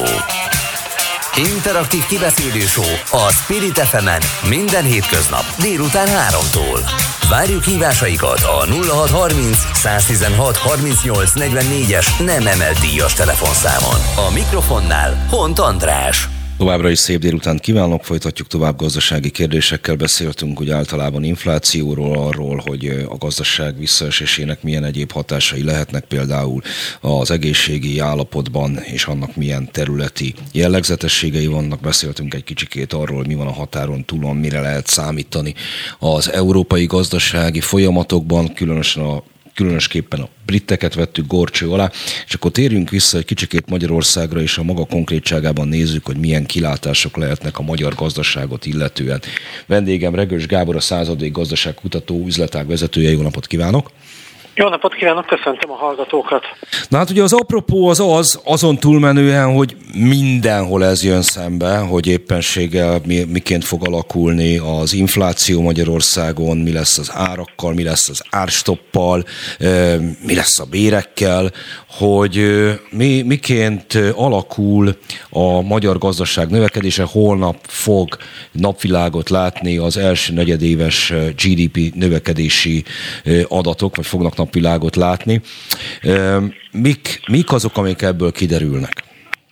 Interaktív kibeszélő show a Spirit FM-en minden hétköznap délután 3-tól. Várjuk hívásaikat a 0630 116 38 44-es nem emelt díjas telefonszámon. A mikrofonnál Hont András. Továbbra is szép délutánt kívánok, folytatjuk tovább gazdasági kérdésekkel. Beszéltünk úgy általában inflációról, arról, hogy a gazdaság visszaesésének milyen egyéb hatásai lehetnek, például az egészségi állapotban, és annak milyen területi jellegzetességei vannak. Beszéltünk egy kicsikét arról, mi van a határon túlon, mire lehet számítani az európai gazdasági folyamatokban, különösképpen a britteket vettük górcső alá, és akkor térjünk vissza egy kicsikét Magyarországra, és a maga konkrétságában nézzük, hogy milyen kilátások lehetnek a magyar gazdaságot illetően. Vendégem Regős Gábor, a Századék Gazdaságkutató üzletág vezetője. Jó napot kívánok! Jó napot kívánok, köszöntöm a hallgatókat! Na hát ugye az apropó azon túlmenően, hogy mindenhol ez jön szembe, hogy éppenséggel miként fog alakulni az infláció Magyarországon, mi lesz az árakkal, mi lesz az árstoppal, mi lesz a bérekkel, hogy miként alakul a magyar gazdaság növekedése. Holnap fog napvilágot látni az első negyedéves GDP növekedési adatok, vagy fognak napvilágot látni. Mik azok, amik ebből kiderülnek?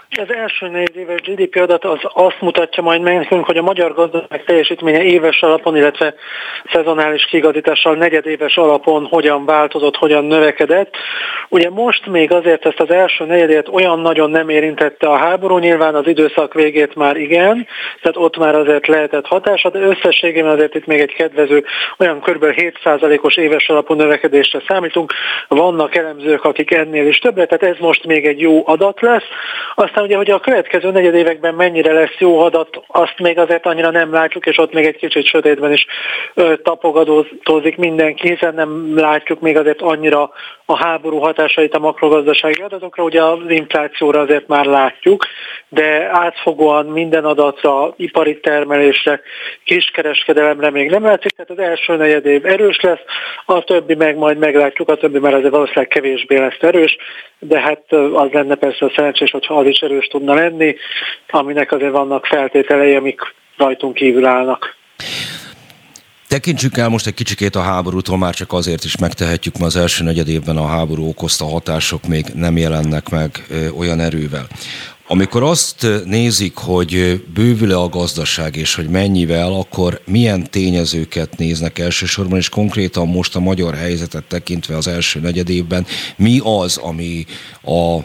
Az első 4 éves GDP adat az azt mutatja majd meg nekünk, hogy a magyar gazdaság teljesítménye éves alapon, illetve szezonális kiigazítással negyedéves alapon hogyan változott, hogyan növekedett. Ugye most még azért ezt az első negyedét olyan nagyon nem érintette a háború, nyilván az időszak végét már igen, tehát ott már azért lehetett hatása, de összességében azért itt még egy kedvező, olyan kb. 7%-os éves alapú növekedésre számítunk. Vannak elemzők, akik ennél is többre, tehát ez most még egy jó adat lesz. Aztán ugye, hogy a következő negyedévekben mennyire lesz jó adat, azt még azért annyira nem látjuk, és ott még egy kicsit sötétben is tapogatózik mindenki, hiszen nem látjuk még azért annyira a háború hatásait a makrogazdasági adatokra, ugye az inflációra azért már látjuk, de átfogóan minden adatra, ipari termelésre, kiskereskedelemre még nem látszik, tehát az első negyedév erős lesz, a többi meg majd meglátjuk, a többi már azért valószínűleg kevésbé lesz erős, de hát az lenne persze a szerencsés, hogyha az is erős tudna lenni, aminek azért vannak feltételei, amik rajtunk kívül állnak. Tekintsük el most egy kicsikét a háborútól, már csak azért is megtehetjük, mert az első negyedévben a háború okozta hatások még nem jelennek meg olyan erővel. Amikor azt nézik, hogy bővül-e a gazdaság, és hogy mennyivel, akkor milyen tényezőket néznek elsősorban, és konkrétan most a magyar helyzetet tekintve az első negyedévben, mi az, ami a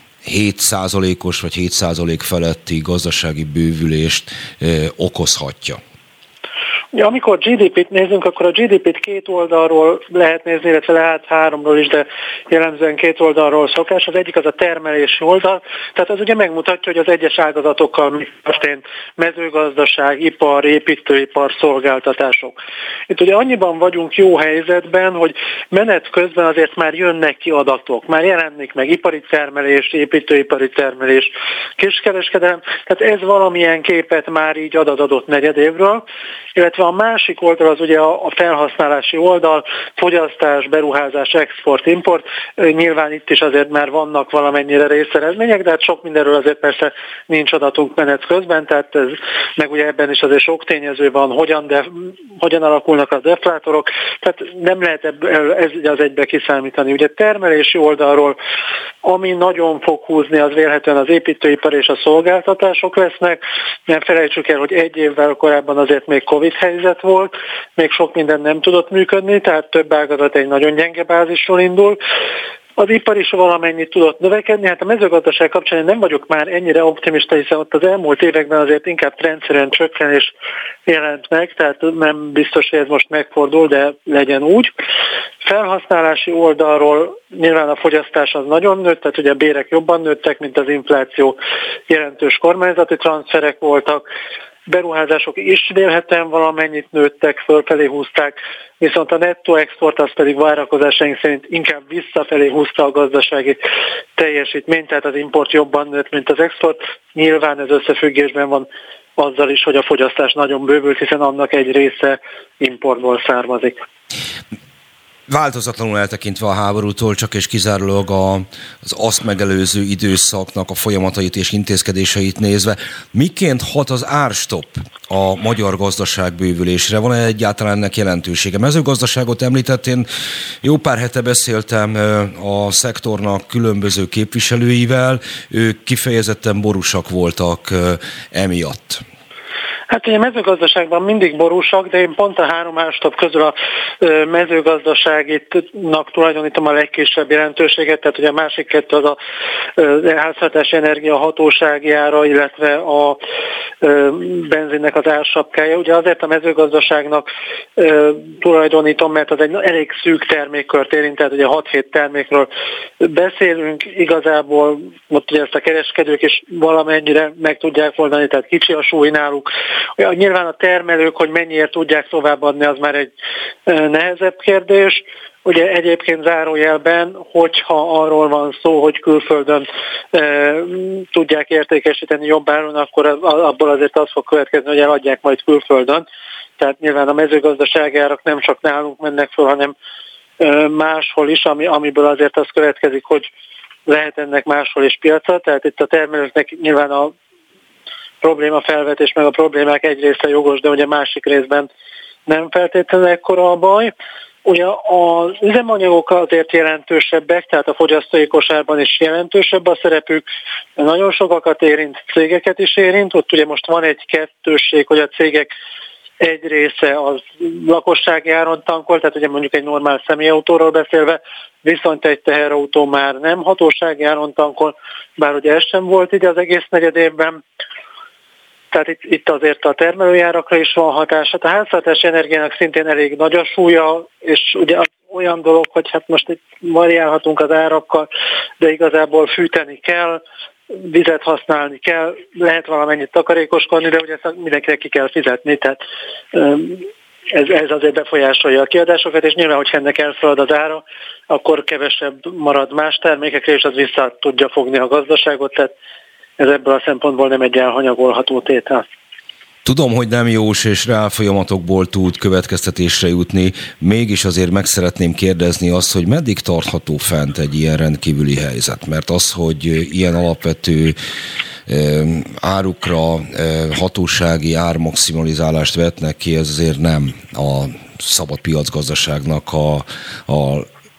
7%-os vagy 7% feletti gazdasági bővülést okozhatja? Ja, amikor GDP-t nézünk, akkor a GDP-t két oldalról lehet nézni, illetve lehet háromról is, de jellemzően két oldalról szokás. Az egyik az a termelési oldal, tehát az ugye megmutatja, hogy az egyes ágazatokkal mi történt: mezőgazdaság, ipar, építőipar, szolgáltatások. Itt ugye annyiban vagyunk jó helyzetben, hogy menet közben azért már jönnek ki adatok, már jelenik meg ipari termelés, építőipari termelés, kiskereskedelem, tehát ez valamilyen képet már így adott negyedévről, illetve a másik oldal az ugye a felhasználási oldal, fogyasztás, beruházás, export, import. Nyilván itt is azért már vannak valamennyire részeredmények, de hát sok mindenről azért persze nincs adatunk menet közben, tehát ez, meg ugye ebben is azért sok tényező van, hogyan alakulnak az deflátorok, tehát nem lehet ez az egybe kiszámítani. Ugye termelési oldalról, ami nagyon fog húzni, az vélhetően az építőipar és a szolgáltatások lesznek. Nem felejtsük el, hogy egy évvel korábban azért még Covid helyzet volt, még sok minden nem tudott működni, tehát több ágazat egy nagyon gyenge bázisról indul. Az ipar is valamennyit tudott növekedni, hát a mezőgazdaság kapcsán én nem vagyok már ennyire optimista, hiszen ott az elmúlt években azért inkább rendszerűen csökkenés jelent meg, tehát nem biztos, hogy ez most megfordul, de legyen úgy. Felhasználási oldalról nyilván a fogyasztás az nagyon nőtt, tehát ugye a bérek jobban nőttek, mint az infláció, jelentős kormányzati transzferek voltak, beruházások is vélhetően valamennyit nőttek, fölfelé húzták, viszont a nettó export az pedig várakozásaink szerint inkább visszafelé húzta a gazdasági teljesítményt, tehát az import jobban nőtt, mint az export. Nyilván ez összefüggésben van azzal is, hogy a fogyasztás nagyon bővült, hiszen annak egy része importból származik. Változatlanul eltekintve a háborútól, csak és kizárólag az azt megelőző időszaknak a folyamatait és intézkedéseit nézve, miként hat az árstopp a magyar gazdaság bővülésre? Van-e egyáltalán ennek jelentősége? Mezőgazdaságot említett, én jó pár hete beszéltem a szektornak különböző képviselőivel, ők kifejezetten borúsak voltak emiatt. Hát ugye a mezőgazdaságban mindig borúsak, de én pont a három árstopp közül a mezőgazdaságnak tulajdonítom a legkisebb jelentőséget, tehát ugye a másik kettő az a háztartási energia hatósági ára, illetve a benzinnek az ársapkája. Ugye azért a mezőgazdaságnak tulajdonítom, mert az egy elég szűk termékkört érint, tehát ugye 6-7 termékről beszélünk, igazából ott ugye ezt a kereskedők is valamennyire meg tudják oldani, tehát kicsi a súly náluk. Nyilván a termelők, hogy mennyiért tudják továbbadni, az már egy nehezebb kérdés. Ugye egyébként zárójelben, hogyha arról van szó, hogy külföldön tudják értékesíteni jobb áron, akkor abból azért az fog következni, hogy eladják majd külföldön. Tehát nyilván a mezőgazdasági árak nem csak nálunk mennek föl, hanem máshol is, amiből azért az következik, hogy lehet ennek máshol is piaca. Tehát itt a termelőknek nyilván a problémafelvetés meg a problémák egy része jogos, de ugye másik részben nem feltétlenül ekkora a baj. Ugye az üzemanyagok azért jelentősebbek, tehát a fogyasztói kosárban is jelentősebb a szerepük, nagyon sokakat érint, cégeket is érint, ott ugye most van egy kettősség, hogy a cégek egy része az lakossági áron tankol, tehát ugye mondjuk egy normál személyautóról beszélve, viszont egy teherautó már nem hatósági áron tankol, bár ugye ez sem volt így az egész negyed évben. Tehát itt azért a termelőjárakra is van hatása. A háztartási energiának szintén elég nagy a súlya, és ugye olyan dolog, hogy hát most itt variálhatunk az árakkal, de igazából fűteni kell, vizet használni kell, lehet valamennyit takarékoskodni, de ugye ezt mindenkinek ki kell fizetni, tehát ez azért befolyásolja a kiadásokat, és nyilván, hogyha ennek elszalad az ára, akkor kevesebb marad más termékekre, és az vissza tudja fogni a gazdaságot, tehát ez ebből a szempontból nem egy elhanyagolható tétel. Tudom, hogy nem jós és reálfolyamatokból tud következtetésre jutni, mégis azért meg szeretném kérdezni azt, hogy meddig tartható fent egy ilyen rendkívüli helyzet, mert az, hogy ilyen alapvető árukra hatósági ármaximalizálást vetnek ki, ez azért nem a szabad piacgazdaságnak a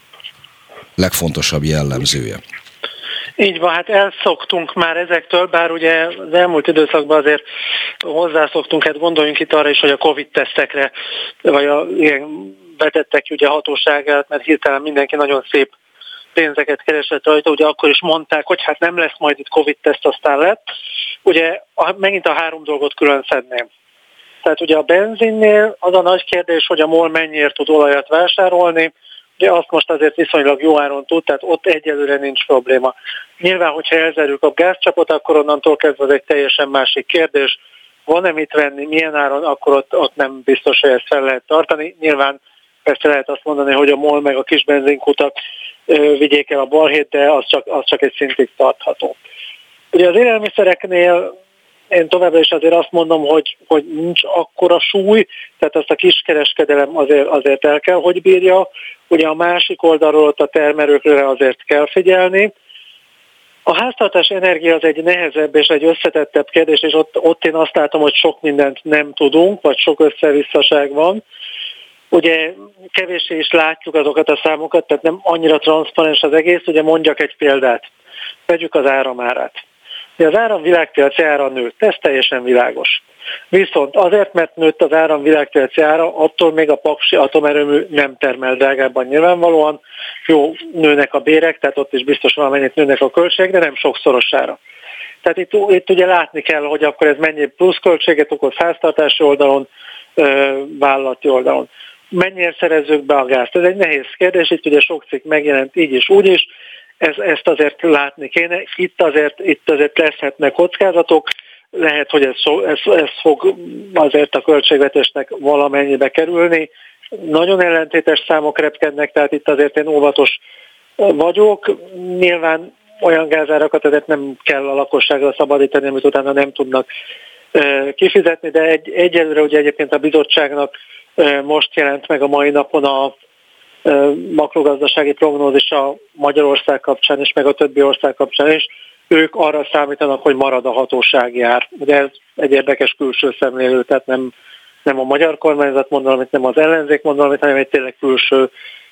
legfontosabb jellemzője. Így van, hát elszoktunk már ezektől, bár ugye az elmúlt időszakban azért hozzászoktunk, hát gondoljunk itt arra is, hogy a Covid-tesztekre, vagy ilyen vetettek ugye hatóságát, mert hirtelen mindenki nagyon szép pénzeket keresett rajta, ugye akkor is mondták, hogy hát nem lesz majd itt Covid-teszt, aztán lett. Ugye megint a három dolgot külön szedném. Tehát ugye a benzinnél az a nagy kérdés, hogy a MOL mennyiért tud olajat vásárolni, ugye azt most azért viszonylag jó áron tud, tehát ott egyelőre nincs probléma. Nyilván, hogyha elzárjuk a gázcsapot, akkor onnantól kezdve ez egy teljesen másik kérdés. Van-e mit venni, milyen áron, akkor ott nem biztos, hogy ezt fel lehet tartani. Nyilván persze lehet azt mondani, hogy a MOL meg a kis benzinkutak vigyék el a balhét, de az csak egy szintig tartható. Ugye az élelmiszereknél én továbbra is azért azt mondom, hogy nincs akkora súly, tehát azt a kiskereskedelem azért el kell, hogy bírja. Ugye a másik oldalról ott a termelőkre azért kell figyelni. A háztartás energia az egy nehezebb és egy összetettebb kérdés, és ott én azt látom, hogy sok mindent nem tudunk, vagy sok összevisszaság van. Ugye kevéssé is látjuk azokat a számokat, tehát nem annyira transzparens az egész. Ugye mondjak egy példát. Vegyük az áramárát. Az áram világpiaci ára nőtt, ez teljesen világos. Viszont azért, mert nőtt az áram világpiaci ára, attól még a paksi atomerőmű nem termel drágábban nyilvánvalóan. Jó, nőnek a bérek, tehát ott is biztos valamennyit nőnek a költségek, de nem sokszorosára. Tehát itt ugye látni kell, hogy akkor ez mennyi pluszköltséget okoz háztartási oldalon, vállalati oldalon. Mennyire szerezzük be a gázt? Ez egy nehéz kérdés, itt ugye sok cikk megjelent így is, úgy is. Ezt azért látni kéne. Itt azért leszhetnek kockázatok, lehet, hogy ez fog azért a költségvetésnek valamennyibe kerülni. Nagyon ellentétes számok repkednek, tehát itt azért én óvatos vagyok. Nyilván olyan gázárakat azért nem kell a lakosságra szabadítani, amit utána nem tudnak kifizetni, de egyelőre ugye egyébként a bizottságnak most jelent meg a mai napon a makrogazdasági prognózis a Magyarország kapcsán is, meg a többi ország kapcsán is, ők arra számítanak, hogy marad a hatósági ár. Ugye ez egy érdekes külső szemlélő, tehát nem a magyar kormányzat mond valamit, nem az ellenzék mond valamit, hanem egy tényleg külső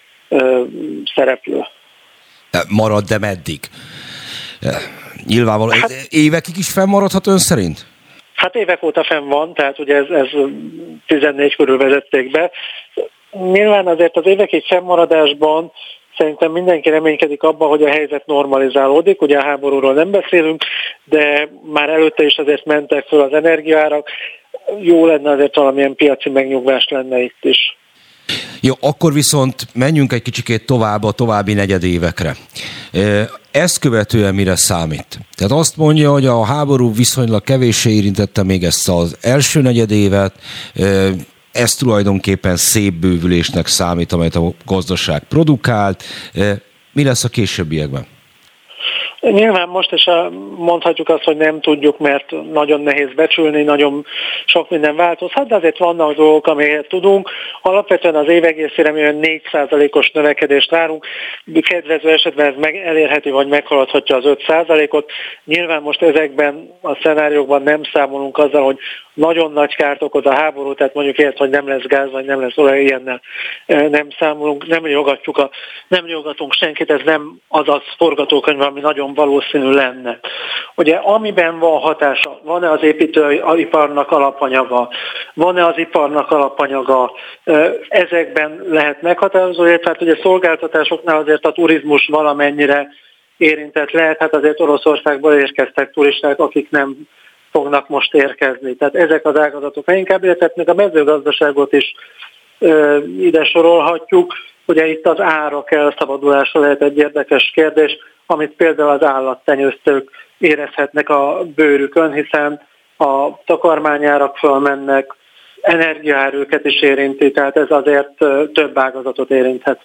szereplő. Marad, de meddig? Nyilvánvalóan évekig is fennmaradhat ön szerint? Hát évek óta fenn van, tehát ugye ez 14 körül vezették be. Nyilván azért az évekig fennmaradásban szerintem mindenki reménykedik abban, hogy a helyzet normalizálódik. Ugye a háborúról nem beszélünk, de már előtte is azért mentek föl az energiaárak. Jó lenne azért valamilyen piaci megnyugvás lenne itt is. Jó, akkor viszont menjünk egy kicsikét tovább a további negyedévekre. Ezt követően mire számít? Tehát azt mondja, hogy a háború viszonylag kevéssé érintette még ezt az első negyedévet, ez tulajdonképpen szép bővülésnek számít, amelyet a gazdaság produkált. Mi lesz a későbbiekben? Nyilván most is mondhatjuk azt, hogy nem tudjuk, mert nagyon nehéz becsülni, nagyon sok minden változhat, de azért vannak dolgok, amelyet tudunk. Alapvetően az év egészére mi olyan 4%-os növekedést várunk, kedvező esetben ez elérheti, vagy meghaladhatja az 5%-ot. Nyilván most ezekben a szenáriókban nem számolunk azzal, hogy nagyon nagy kárt okoz a háború, tehát mondjuk ilyet, hogy nem lesz gáz, vagy nem lesz olaj, ilyennel nem számolunk, nem nyogatunk senkit, ez nem az a forgatókönyv, ami nagyon valószínű lenne. Ugye amiben van hatása, van-e az építőiparnak alapanyaga, van-e az iparnak alapanyaga, ezekben lehet meghatározó, tehát ugye szolgáltatásoknál azért a turizmus valamennyire érintett lehet, hát azért Oroszországból érkeztek turisták, akik nem fognak most érkezni. Tehát ezek az ágazatok inkább, illetve még a mezőgazdaságot is ide sorolhatjuk. Ugye itt az árak elszabadulása lehet egy érdekes kérdés, amit például az állattenyésztők érezhetnek a bőrükön, hiszen a takarmányárak fölmennek, energiaár őket is érinti, tehát ez azért több ágazatot érinthet.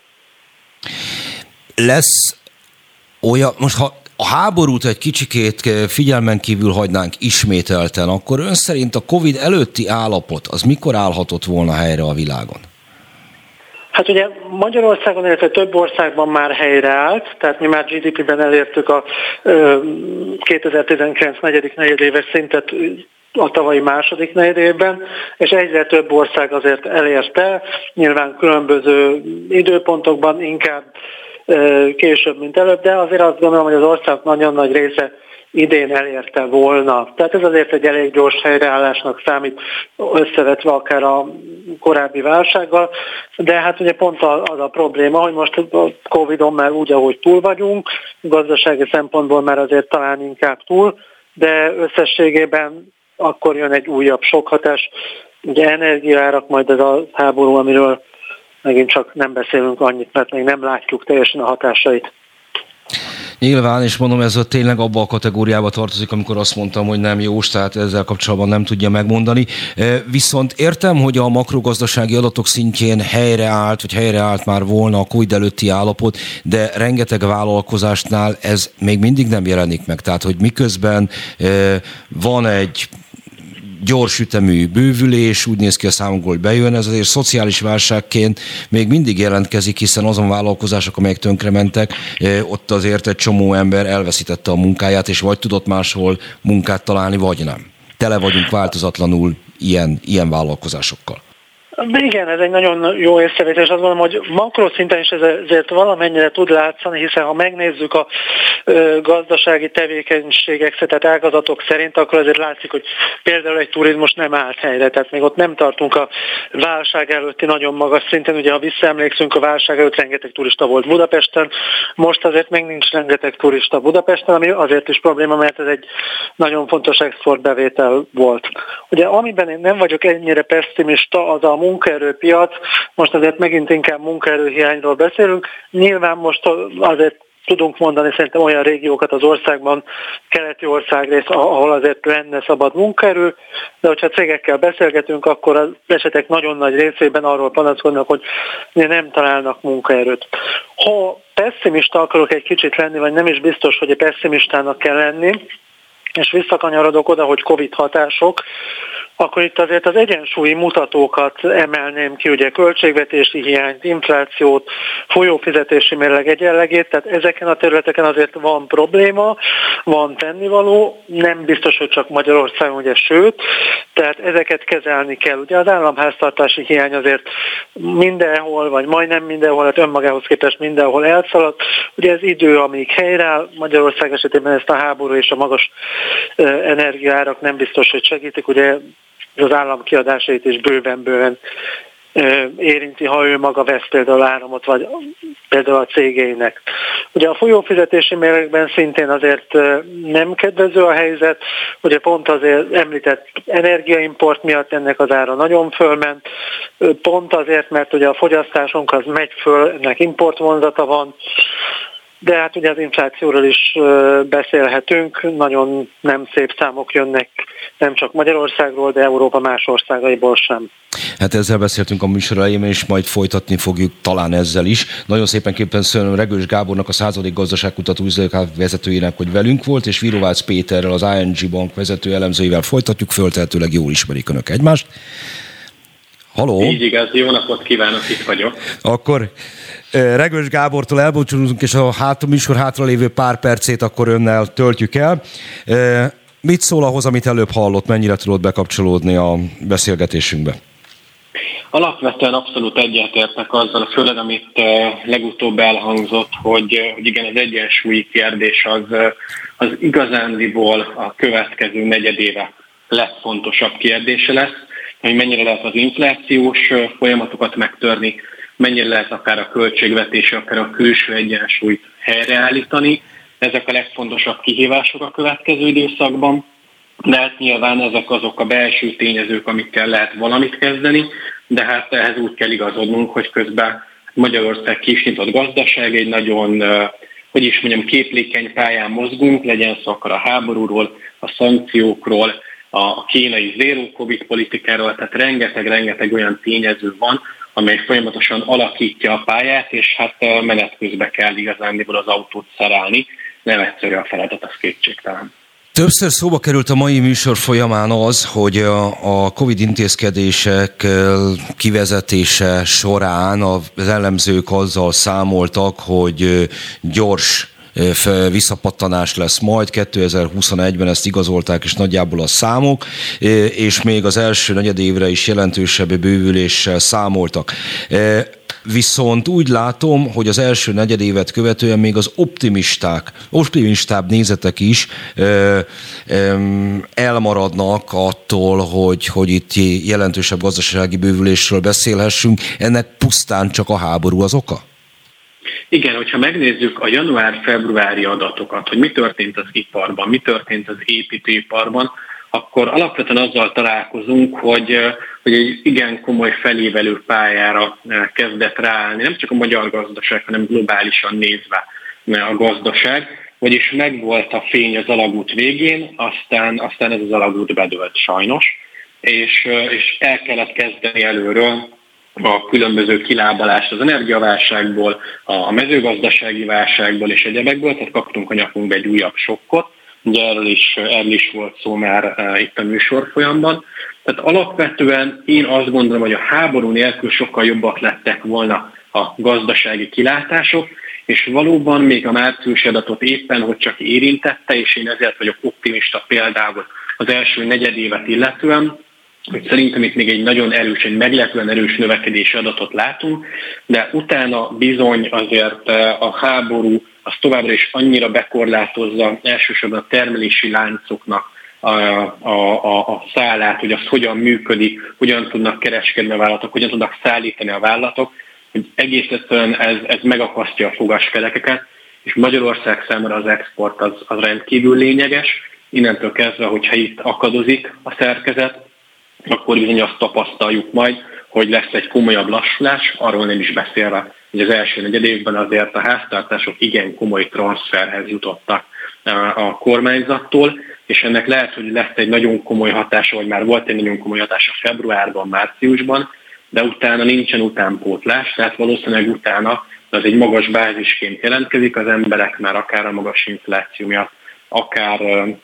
Lesz olyan, most ha a háborút egy kicsikét figyelmen kívül hagynánk ismételten, akkor ön szerint a Covid előtti állapot az mikor állhatott volna helyre a világon? Hát ugye Magyarországon, illetve több országban már helyreállt, tehát mi már GDP-ben elértük a 2019 negyedik negyedéves szintet a tavalyi második negyedévben, és egyre több ország azért elérte, nyilván különböző időpontokban, inkább később, mint előbb, de azért azt gondolom, hogy az ország nagyon nagy része idén elérte volna. Tehát ez azért egy elég gyors helyreállásnak számít, összevetve akár a korábbi válsággal, de hát ugye pont az a probléma, hogy most a Covid-on már úgy, ahogy túl vagyunk, gazdasági szempontból már azért talán inkább túl, de összességében akkor jön egy újabb sokhatás. Ugye energiaárak, majd ez a háború, amiről megint csak nem beszélünk annyit, mert még nem látjuk teljesen a hatásait. Nyilván, és mondom, ez tényleg abba a kategóriába tartozik, amikor azt mondtam, hogy nem jós, tehát ezzel kapcsolatban nem tudja megmondani. Viszont értem, hogy a makrogazdasági adatok szintjén helyreállt már volna a Covid előtti állapot, de rengeteg vállalkozásnál ez még mindig nem jelenik meg. Tehát, hogy miközben van egy gyors ütemű bővülés, úgy néz ki a számunkból, hogy bejön, ez azért szociális válságként még mindig jelentkezik, hiszen azon vállalkozások, amelyek tönkrementek, ott azért egy csomó ember elveszítette a munkáját, és vagy tudott máshol munkát találni, vagy nem. Tele vagyunk változatlanul ilyen vállalkozásokkal. Igen, ez egy nagyon jó észrevétel, és azt gondolom, hogy makroszinten is ezért valamennyire tud látszani, hiszen ha megnézzük a gazdasági tevékenységek, tehát ágazatok szerint, akkor azért látszik, hogy például egy turizmus nem állt helyre, tehát még ott nem tartunk a válság előtti nagyon magas szinten, ugye ha visszaemlékszünk, a válság előtt rengeteg turista volt Budapesten, most azért még nincs rengeteg turista Budapesten, ami azért is probléma, mert ez egy nagyon fontos exportbevétel volt. Ugye amiben én nem vagyok ennyire pessimista, az a munkaerőpiac, most azért megint inkább munkaerőhiányról beszélünk. Nyilván most azért tudunk mondani szerintem olyan régiókat az országban, keleti országrész, ahol azért lenne szabad munkaerő, de hogyha cégekkel beszélgetünk, akkor az esetek nagyon nagy részében arról panaszkodnak, hogy nem találnak munkaerőt. Ha pessimista akarok egy kicsit lenni, vagy nem is biztos, hogy pessimistának kell lenni, és visszakanyarodok oda, hogy Covid hatások, akkor itt azért az egyensúlyi mutatókat emelném ki, ugye költségvetési hiányt, inflációt, folyófizetési mérleg egyenlegét, tehát ezeken a területeken azért van probléma, van tennivaló, nem biztos, hogy csak Magyarországon, ugye sőt, tehát ezeket kezelni kell. Ugye az államháztartási hiány azért mindenhol, vagy majdnem mindenhol, hát önmagához képest mindenhol elszaladt. Ugye ez idő, amíg helyreáll, Magyarország esetében ezt a háború és a magas energiaárak nem biztos, hogy segítik, ugye az állam kiadásait is bőven érinti, ha ő maga vesz például áramot, vagy például a cégeinek. Ugye a folyófizetési mérlegben szintén azért nem kedvező a helyzet, ugye pont azért említett energiaimport miatt ennek az ára nagyon fölment, pont azért, mert ugye a fogyasztásunk az megy föl, ennek importvonzata van, de hát ugye az inflációról is beszélhetünk, nagyon nem szép számok jönnek nem csak Magyarországról, de Európa más országaiból sem. Hát ezzel beszéltünk a műsor elején, és majd folytatni fogjuk talán ezzel is. Nagyon szépen köszönöm Regős Gábornak, a Századik Gazdaságkutató Üzletág vezetőjének, hogy velünk volt, és Virovácz Péterrel, az ING Bank vezető elemzőivel folytatjuk, föltehetőleg jól ismerik önök egymást. Halló! Így igaz, jó napot kívánok, itt vagyok. Akkor Regős Gábortól elbúcsúzunk, és a műsor hátralévő pár percét akkor önnel töltjük el. mit szól ahhoz, amit előbb hallott, mennyire tudod bekapcsolódni a beszélgetésünkbe? Alapvetően abszolút egyetértek azzal, főleg amit legutóbb elhangzott, hogy igen, az egyensúlyi kérdés az igazándiból a következő negyedéve legfontosabb kérdése lesz, hogy mennyire lehet az inflációs folyamatokat megtörni, mennyire lehet akár a költségvetési, akár a külső egyensúlyt helyreállítani. Ezek a legfontosabb kihívások a következő időszakban, de hát nyilván ezek azok a belső tényezők, amikkel lehet valamit kezdeni, de hát ehhez úgy kell igazodnunk, hogy közben Magyarország kisnyitott gazdaság, egy nagyon, képlékeny pályán mozgunk, legyen szó akár a háborúról, a szankciókról, a kínai zéró Covid politikáról, tehát rengeteg olyan tényező van, amely folyamatosan alakítja a pályát, és hát menet közben kell igazándiból az autót szerelni. Nem egyszerű a feladat, az kétségtelen. Többször szóba került a mai műsor folyamán az, hogy a Covid intézkedések kivezetése során az elemzők azzal számoltak, hogy gyors visszapattanás lesz majd, 2021-ben ezt igazolták is nagyjából a számok, és még az első negyedévre is jelentősebb bővüléssel számoltak. Viszont úgy látom, hogy az első negyedévet követően még az optimistább nézetek is elmaradnak attól, hogy itt jelentősebb gazdasági bővülésről beszélhessünk. Ennek pusztán csak a háború az oka? Igen, hogyha megnézzük a január-februári adatokat, hogy mi történt az iparban, mi történt az építőiparban, akkor alapvetően azzal találkozunk, hogy egy igen komoly felévelő pályára kezdett ráállni, nem csak a magyar gazdaság, hanem globálisan nézve a gazdaság, vagyis megvolt a fény az alagút végén, aztán ez az alagút bedőlt sajnos, és el kellett kezdeni előről a különböző kilábalást az energiaválságból, a mezőgazdasági válságból és egyebekből, tehát kaptunk a nyakunkba egy újabb sokkot. Ugye erről is volt szó már itt a műsor folyamban. Tehát alapvetően én azt gondolom, hogy a háború nélkül sokkal jobbak lettek volna a gazdasági kilátások, és valóban még a márciusi adatot éppen, hogy csak érintette, és én ezért vagyok optimista például az első negyedévet illetően, hogy szerintem itt még egy nagyon erős, egy meglepően erős növekedési adatot látunk, de utána bizony azért a háború az továbbra is annyira bekorlátozza elsősorban a termelési láncoknak a szálát, hogy az hogyan működik, hogyan tudnak kereskedni a vállalatok, hogyan tudnak szállítani a vállalatok, hogy egész egyszerűen ez megakasztja a fogaskerekeket, és Magyarország számára az export az rendkívül lényeges. Innentől kezdve, hogyha itt akadozik a szerkezet, akkor bizony azt tapasztaljuk majd, hogy lesz egy komolyabb lassulás, arról nem is beszélve, hogy az első negyedévben azért a háztartások igen komoly transferhez jutottak a kormányzattól, és ennek lehet, hogy lesz egy nagyon komoly hatása, vagy már volt egy nagyon komoly hatása februárban, márciusban, de utána nincsen utánpótlás, tehát valószínűleg utána az egy magas bázisként jelentkezik, az emberek már akár a magas infláció miatt, akár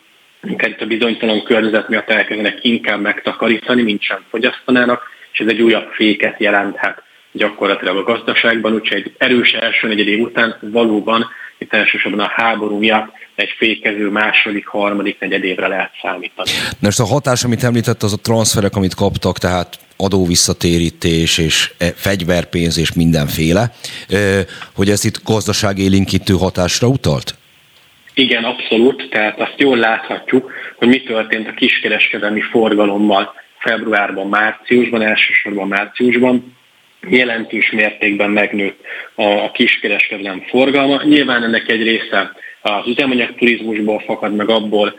itt a bizonytalan környezet miatt elkezdenek inkább megtakarítani, mint sem fogyasztanának, és ez egy újabb féket jelenthet gyakorlatilag a gazdaságban, úgyhogy egy erős első negyedév után valóban itt elsősorban a háború miatt egy fékező második, harmadik negyedévre lehet számítani. Most a hatás, amit említett, az a transferek, amit kaptak, tehát adóvisszatérítés és fegyverpénz és mindenféle, hogy ez itt gazdaságélénkítő hatásra utalt? Igen, abszolút, tehát azt jól láthatjuk, hogy mi történt a kiskereskedelmi forgalommal februárban, márciusban, elsősorban márciusban. Jelentős mértékben megnőtt a kiskereskedelem forgalma. Nyilván ennek egy része az üzemanyagturizmusból fakad meg abból,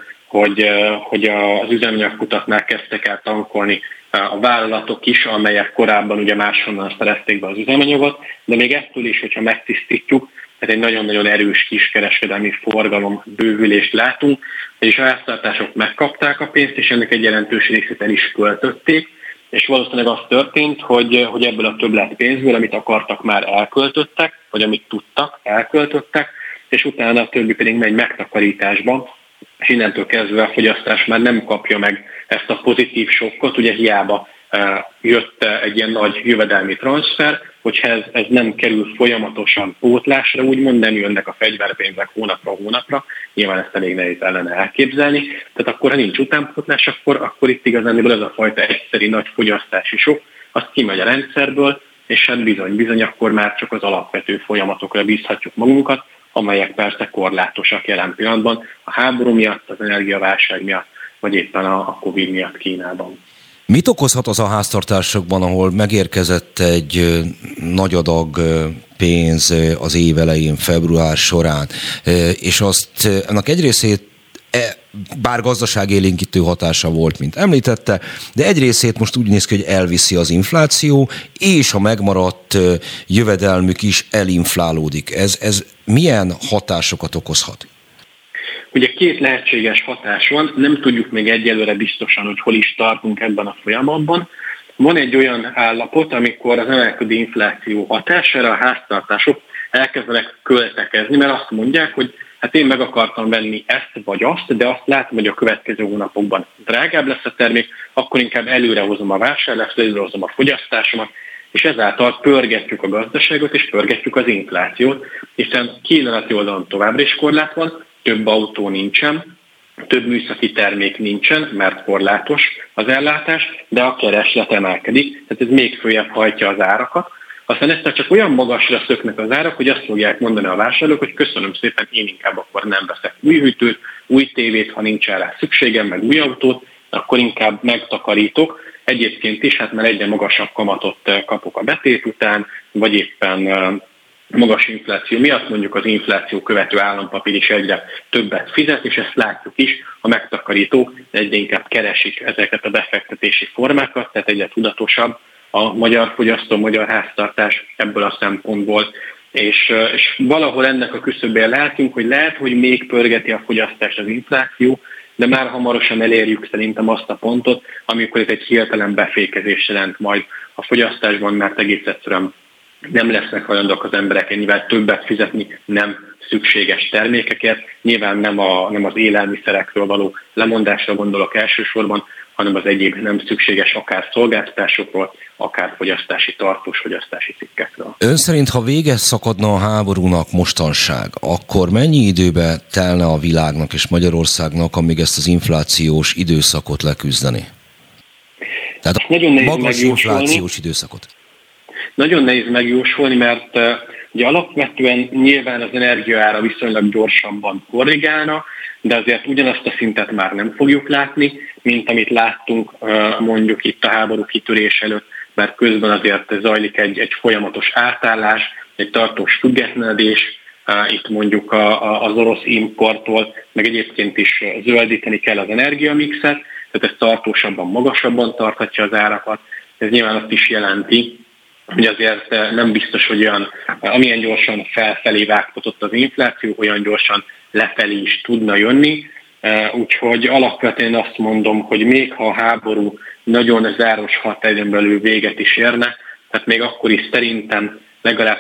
hogy az üzemanyagkutaknál kezdtek el tankolni a vállalatok is, amelyek korábban ugye máshonnan szerezték be az üzemanyagot, de még ettől is, hogyha megtisztítjuk, tehát egy nagyon-nagyon erős kiskereskedelmi forgalom bővülést látunk, és a háztartások megkapták a pénzt, és ennek egy jelentős részét el is költötték, és valószínűleg az történt, hogy ebből a többlet pénzből, amit akartak, már elköltöttek, vagy amit tudtak, elköltöttek, és utána a többi pedig megy megtakarításba, és innentől kezdve a fogyasztás már nem kapja meg ezt a pozitív sokkot, ugye hiába jött egy ilyen nagy jövedelmi transfer, hogyha ez nem kerül folyamatosan pótlásra, úgymond nem jönnek a fegyverpénzek hónapra, nyilván ezt elég nehéz ellene elképzelni, tehát akkor, ha nincs utánpótlás, akkor itt igazán ez a fajta egyszeri nagy fogyasztási sok, az kimegy a rendszerből, és hát bizony, akkor már csak az alapvető folyamatokra bízhatjuk magunkat, amelyek persze korlátosak jelen pillanatban a háború miatt, az energiaválság miatt, vagy éppen a Covid miatt Kínában. Mit okozhat az a háztartásokban, ahol megérkezett egy nagy adag pénz az év elején, február során, és azt ennek egy részét, bár gazdaságélénkítő hatása volt, mint említette, de egy részét most úgy néz ki, hogy elviszi az infláció, és a megmaradt jövedelmük is elinflálódik. Ez milyen hatásokat okozhat? Ugye két lehetséges hatás van, nem tudjuk még egyelőre biztosan, hogy hol is tartunk ebben a folyamatban. Van egy olyan állapot, amikor az emelkedő infláció hatására a háztartások elkezdenek költekezni, mert azt mondják, hogy hát én meg akartam venni ezt vagy azt, de azt látom, hogy a következő hónapokban drágább lesz a termék, akkor inkább előrehozom a vásárlást, előrehozom a fogyasztásomat, és ezáltal pörgetjük a gazdaságot, és pörgetjük az inflációt, hiszen kínálati oldalon továbbra is korlát van, több autó nincsen, több műszaki termék nincsen, mert korlátos az ellátás, de a kereslet emelkedik, tehát ez még följebb hajtja az árakat. Aztán ezt csak olyan magasra szöknek az árak, hogy azt fogják mondani a vásárlók, hogy köszönöm szépen, én inkább akkor nem veszek új hűtőt, új tévét, ha nincs rá szükségem, meg új autót, akkor inkább megtakarítok. Egyébként is, hát már egyre magasabb kamatot kapok a betét után, vagy éppen magas infláció miatt, mondjuk az infláció követő állampapír is egyre többet fizet, és ezt látjuk is, a megtakarítók egyre inkább keresik ezeket a befektetési formákat, tehát egyre tudatosabb a magyar fogyasztó, magyar háztartás ebből a szempontból. És valahol ennek a küszöbén látjuk, hogy lehet, hogy még pörgeti a fogyasztást az infláció, de már hamarosan elérjük szerintem azt a pontot, amikor ez egy hirtelen befékezés jelent majd a fogyasztásban, mert egész egyszerűen nem lesznek hajlandók az emberek ennyivel többet fizetni nem szükséges termékeket. Nyilván nem az élelmiszerekről való lemondásra gondolok elsősorban, hanem az egyéb nem szükséges akár szolgáltatásokról, akár tartós fogyasztási cikkekről. Ön szerint, ha vége szakadna a háborúnak mostanság, akkor mennyi időbe telne a világnak és Magyarországnak, amíg ezt az inflációs időszakot leküzdeni? Tehát a magas inflációs időszakot. Nagyon nehéz megjósolni, mert ugye alapvetően nyilván az energiaára viszonylag gyorsabban korrigálna, de azért ugyanazt a szintet már nem fogjuk látni, mint amit láttunk mondjuk itt a háború kitörés előtt, mert közben azért zajlik egy folyamatos átállás, egy tartós függetlenedés, itt mondjuk az orosz importtól, meg egyébként is zöldíteni kell az energiamixet, tehát ez tartósabban, magasabban tarthatja az árakat. Ez nyilván azt is jelenti, hogy azért nem biztos, hogy amilyen gyorsan felfelé vágtatott az infláció, olyan gyorsan lefelé is tudna jönni. Úgyhogy alapvetően azt mondom, hogy még ha a háború nagyon záros határidőn belül véget is érne, tehát még akkor is szerintem legalább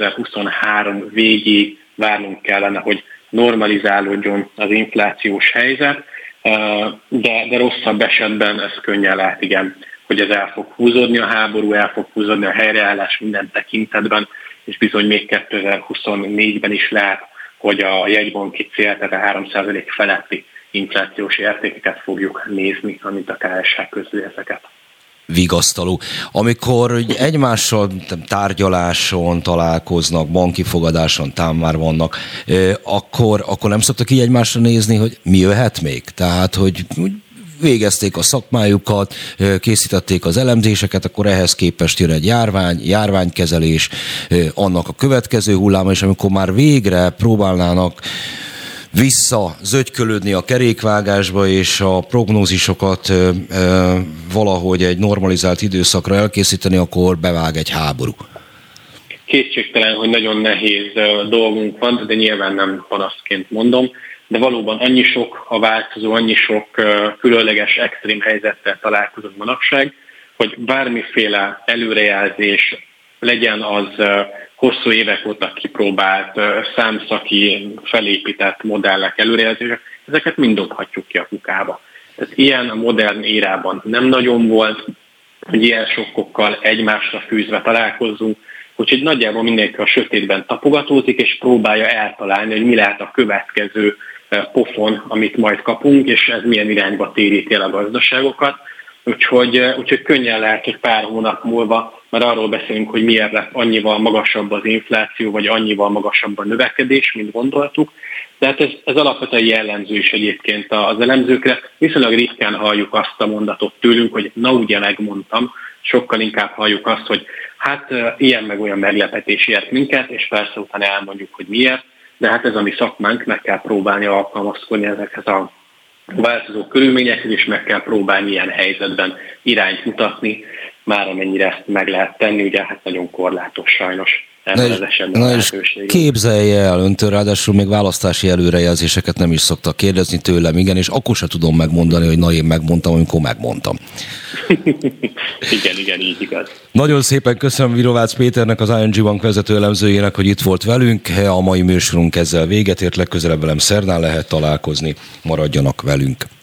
2023 végéig várnunk kellene, hogy normalizálódjon az inflációs helyzet, de rosszabb esetben ez könnyen lát, igen, hogy ez el fog húzódni a háború, el fog húzódni a helyreállás minden tekintetben, és bizony még 2024-ben is lehet, hogy a jegybanki cél, tehát a 3% feletti inflációs értékeket fogjuk nézni, amit a KSH közli ezeket. Vigasztaló. Amikor egymással tárgyaláson találkoznak, banki fogadáson már vannak, akkor nem szoktak így egymásra nézni, hogy mi jöhet még? Tehát, hogy végezték a szakmájukat, készítették az elemzéseket, akkor ehhez képest jön egy járványkezelés, annak a következő hulláma, és amikor már végre próbálnának zögykölődni a kerékvágásba, és a prognózisokat valahogy egy normalizált időszakra elkészíteni, akkor bevág egy háború. Kétségtelen, hogy nagyon nehéz dolgunk van, de nyilván nem panaszként mondom, de valóban annyi sok a változó, annyi sok különleges, extrém helyzettel találkozunk manapság, hogy bármiféle előrejelzés legyen az hosszú évek óta kipróbált, számszaki, felépített modellek előrejelzések, ezeket mind dobhatjuk ki a kukába. Tehát ilyen a modern érában nem nagyon volt, hogy ilyen sokkokkal egymásra fűzve találkozzunk, úgyhogy nagyjából mindenki a sötétben tapogatózik, és próbálja eltalálni, hogy mi lehet a következő pofon, amit majd kapunk, és ez milyen irányba téríti el a gazdaságokat. Úgyhogy könnyen lehet, hogy pár hónap múlva már arról beszélünk, hogy miért lett annyival magasabb az infláció, vagy annyival magasabb a növekedés, mint gondoltuk. De hát ez alapvetően jellemző is egyébként az elemzőkre. Viszonylag ritkán halljuk azt a mondatot tőlünk, hogy na ugye megmondtam, sokkal inkább halljuk azt, hogy hát ilyen meg olyan meglepetés ért minket, és persze utána elmondjuk, hogy miért, de hát ez a mi szakmánk, meg kell próbálni alkalmazkodni ezekhez a változó körülményekhez, és meg kell próbálni ilyen helyzetben irányt mutatni, már amennyire ezt meg lehet tenni, ugye hát nagyon korlátos sajnos ebben az esetben a lehetőség. Képzelje el, öntől ráadásul még választási előrejelzéseket nem is szoktak kérdezni tőlem, igen, és akkor sem tudom megmondani, hogy na én megmondtam, amikor megmondtam. igen, így igaz. Nagyon szépen köszönöm Virovácz Péternek, az ING Bank vezető elemzőjének, hogy itt volt velünk. A mai műsorunk ezzel véget ért, legközelebb velem szerdán lehet találkozni. Maradjanak velünk.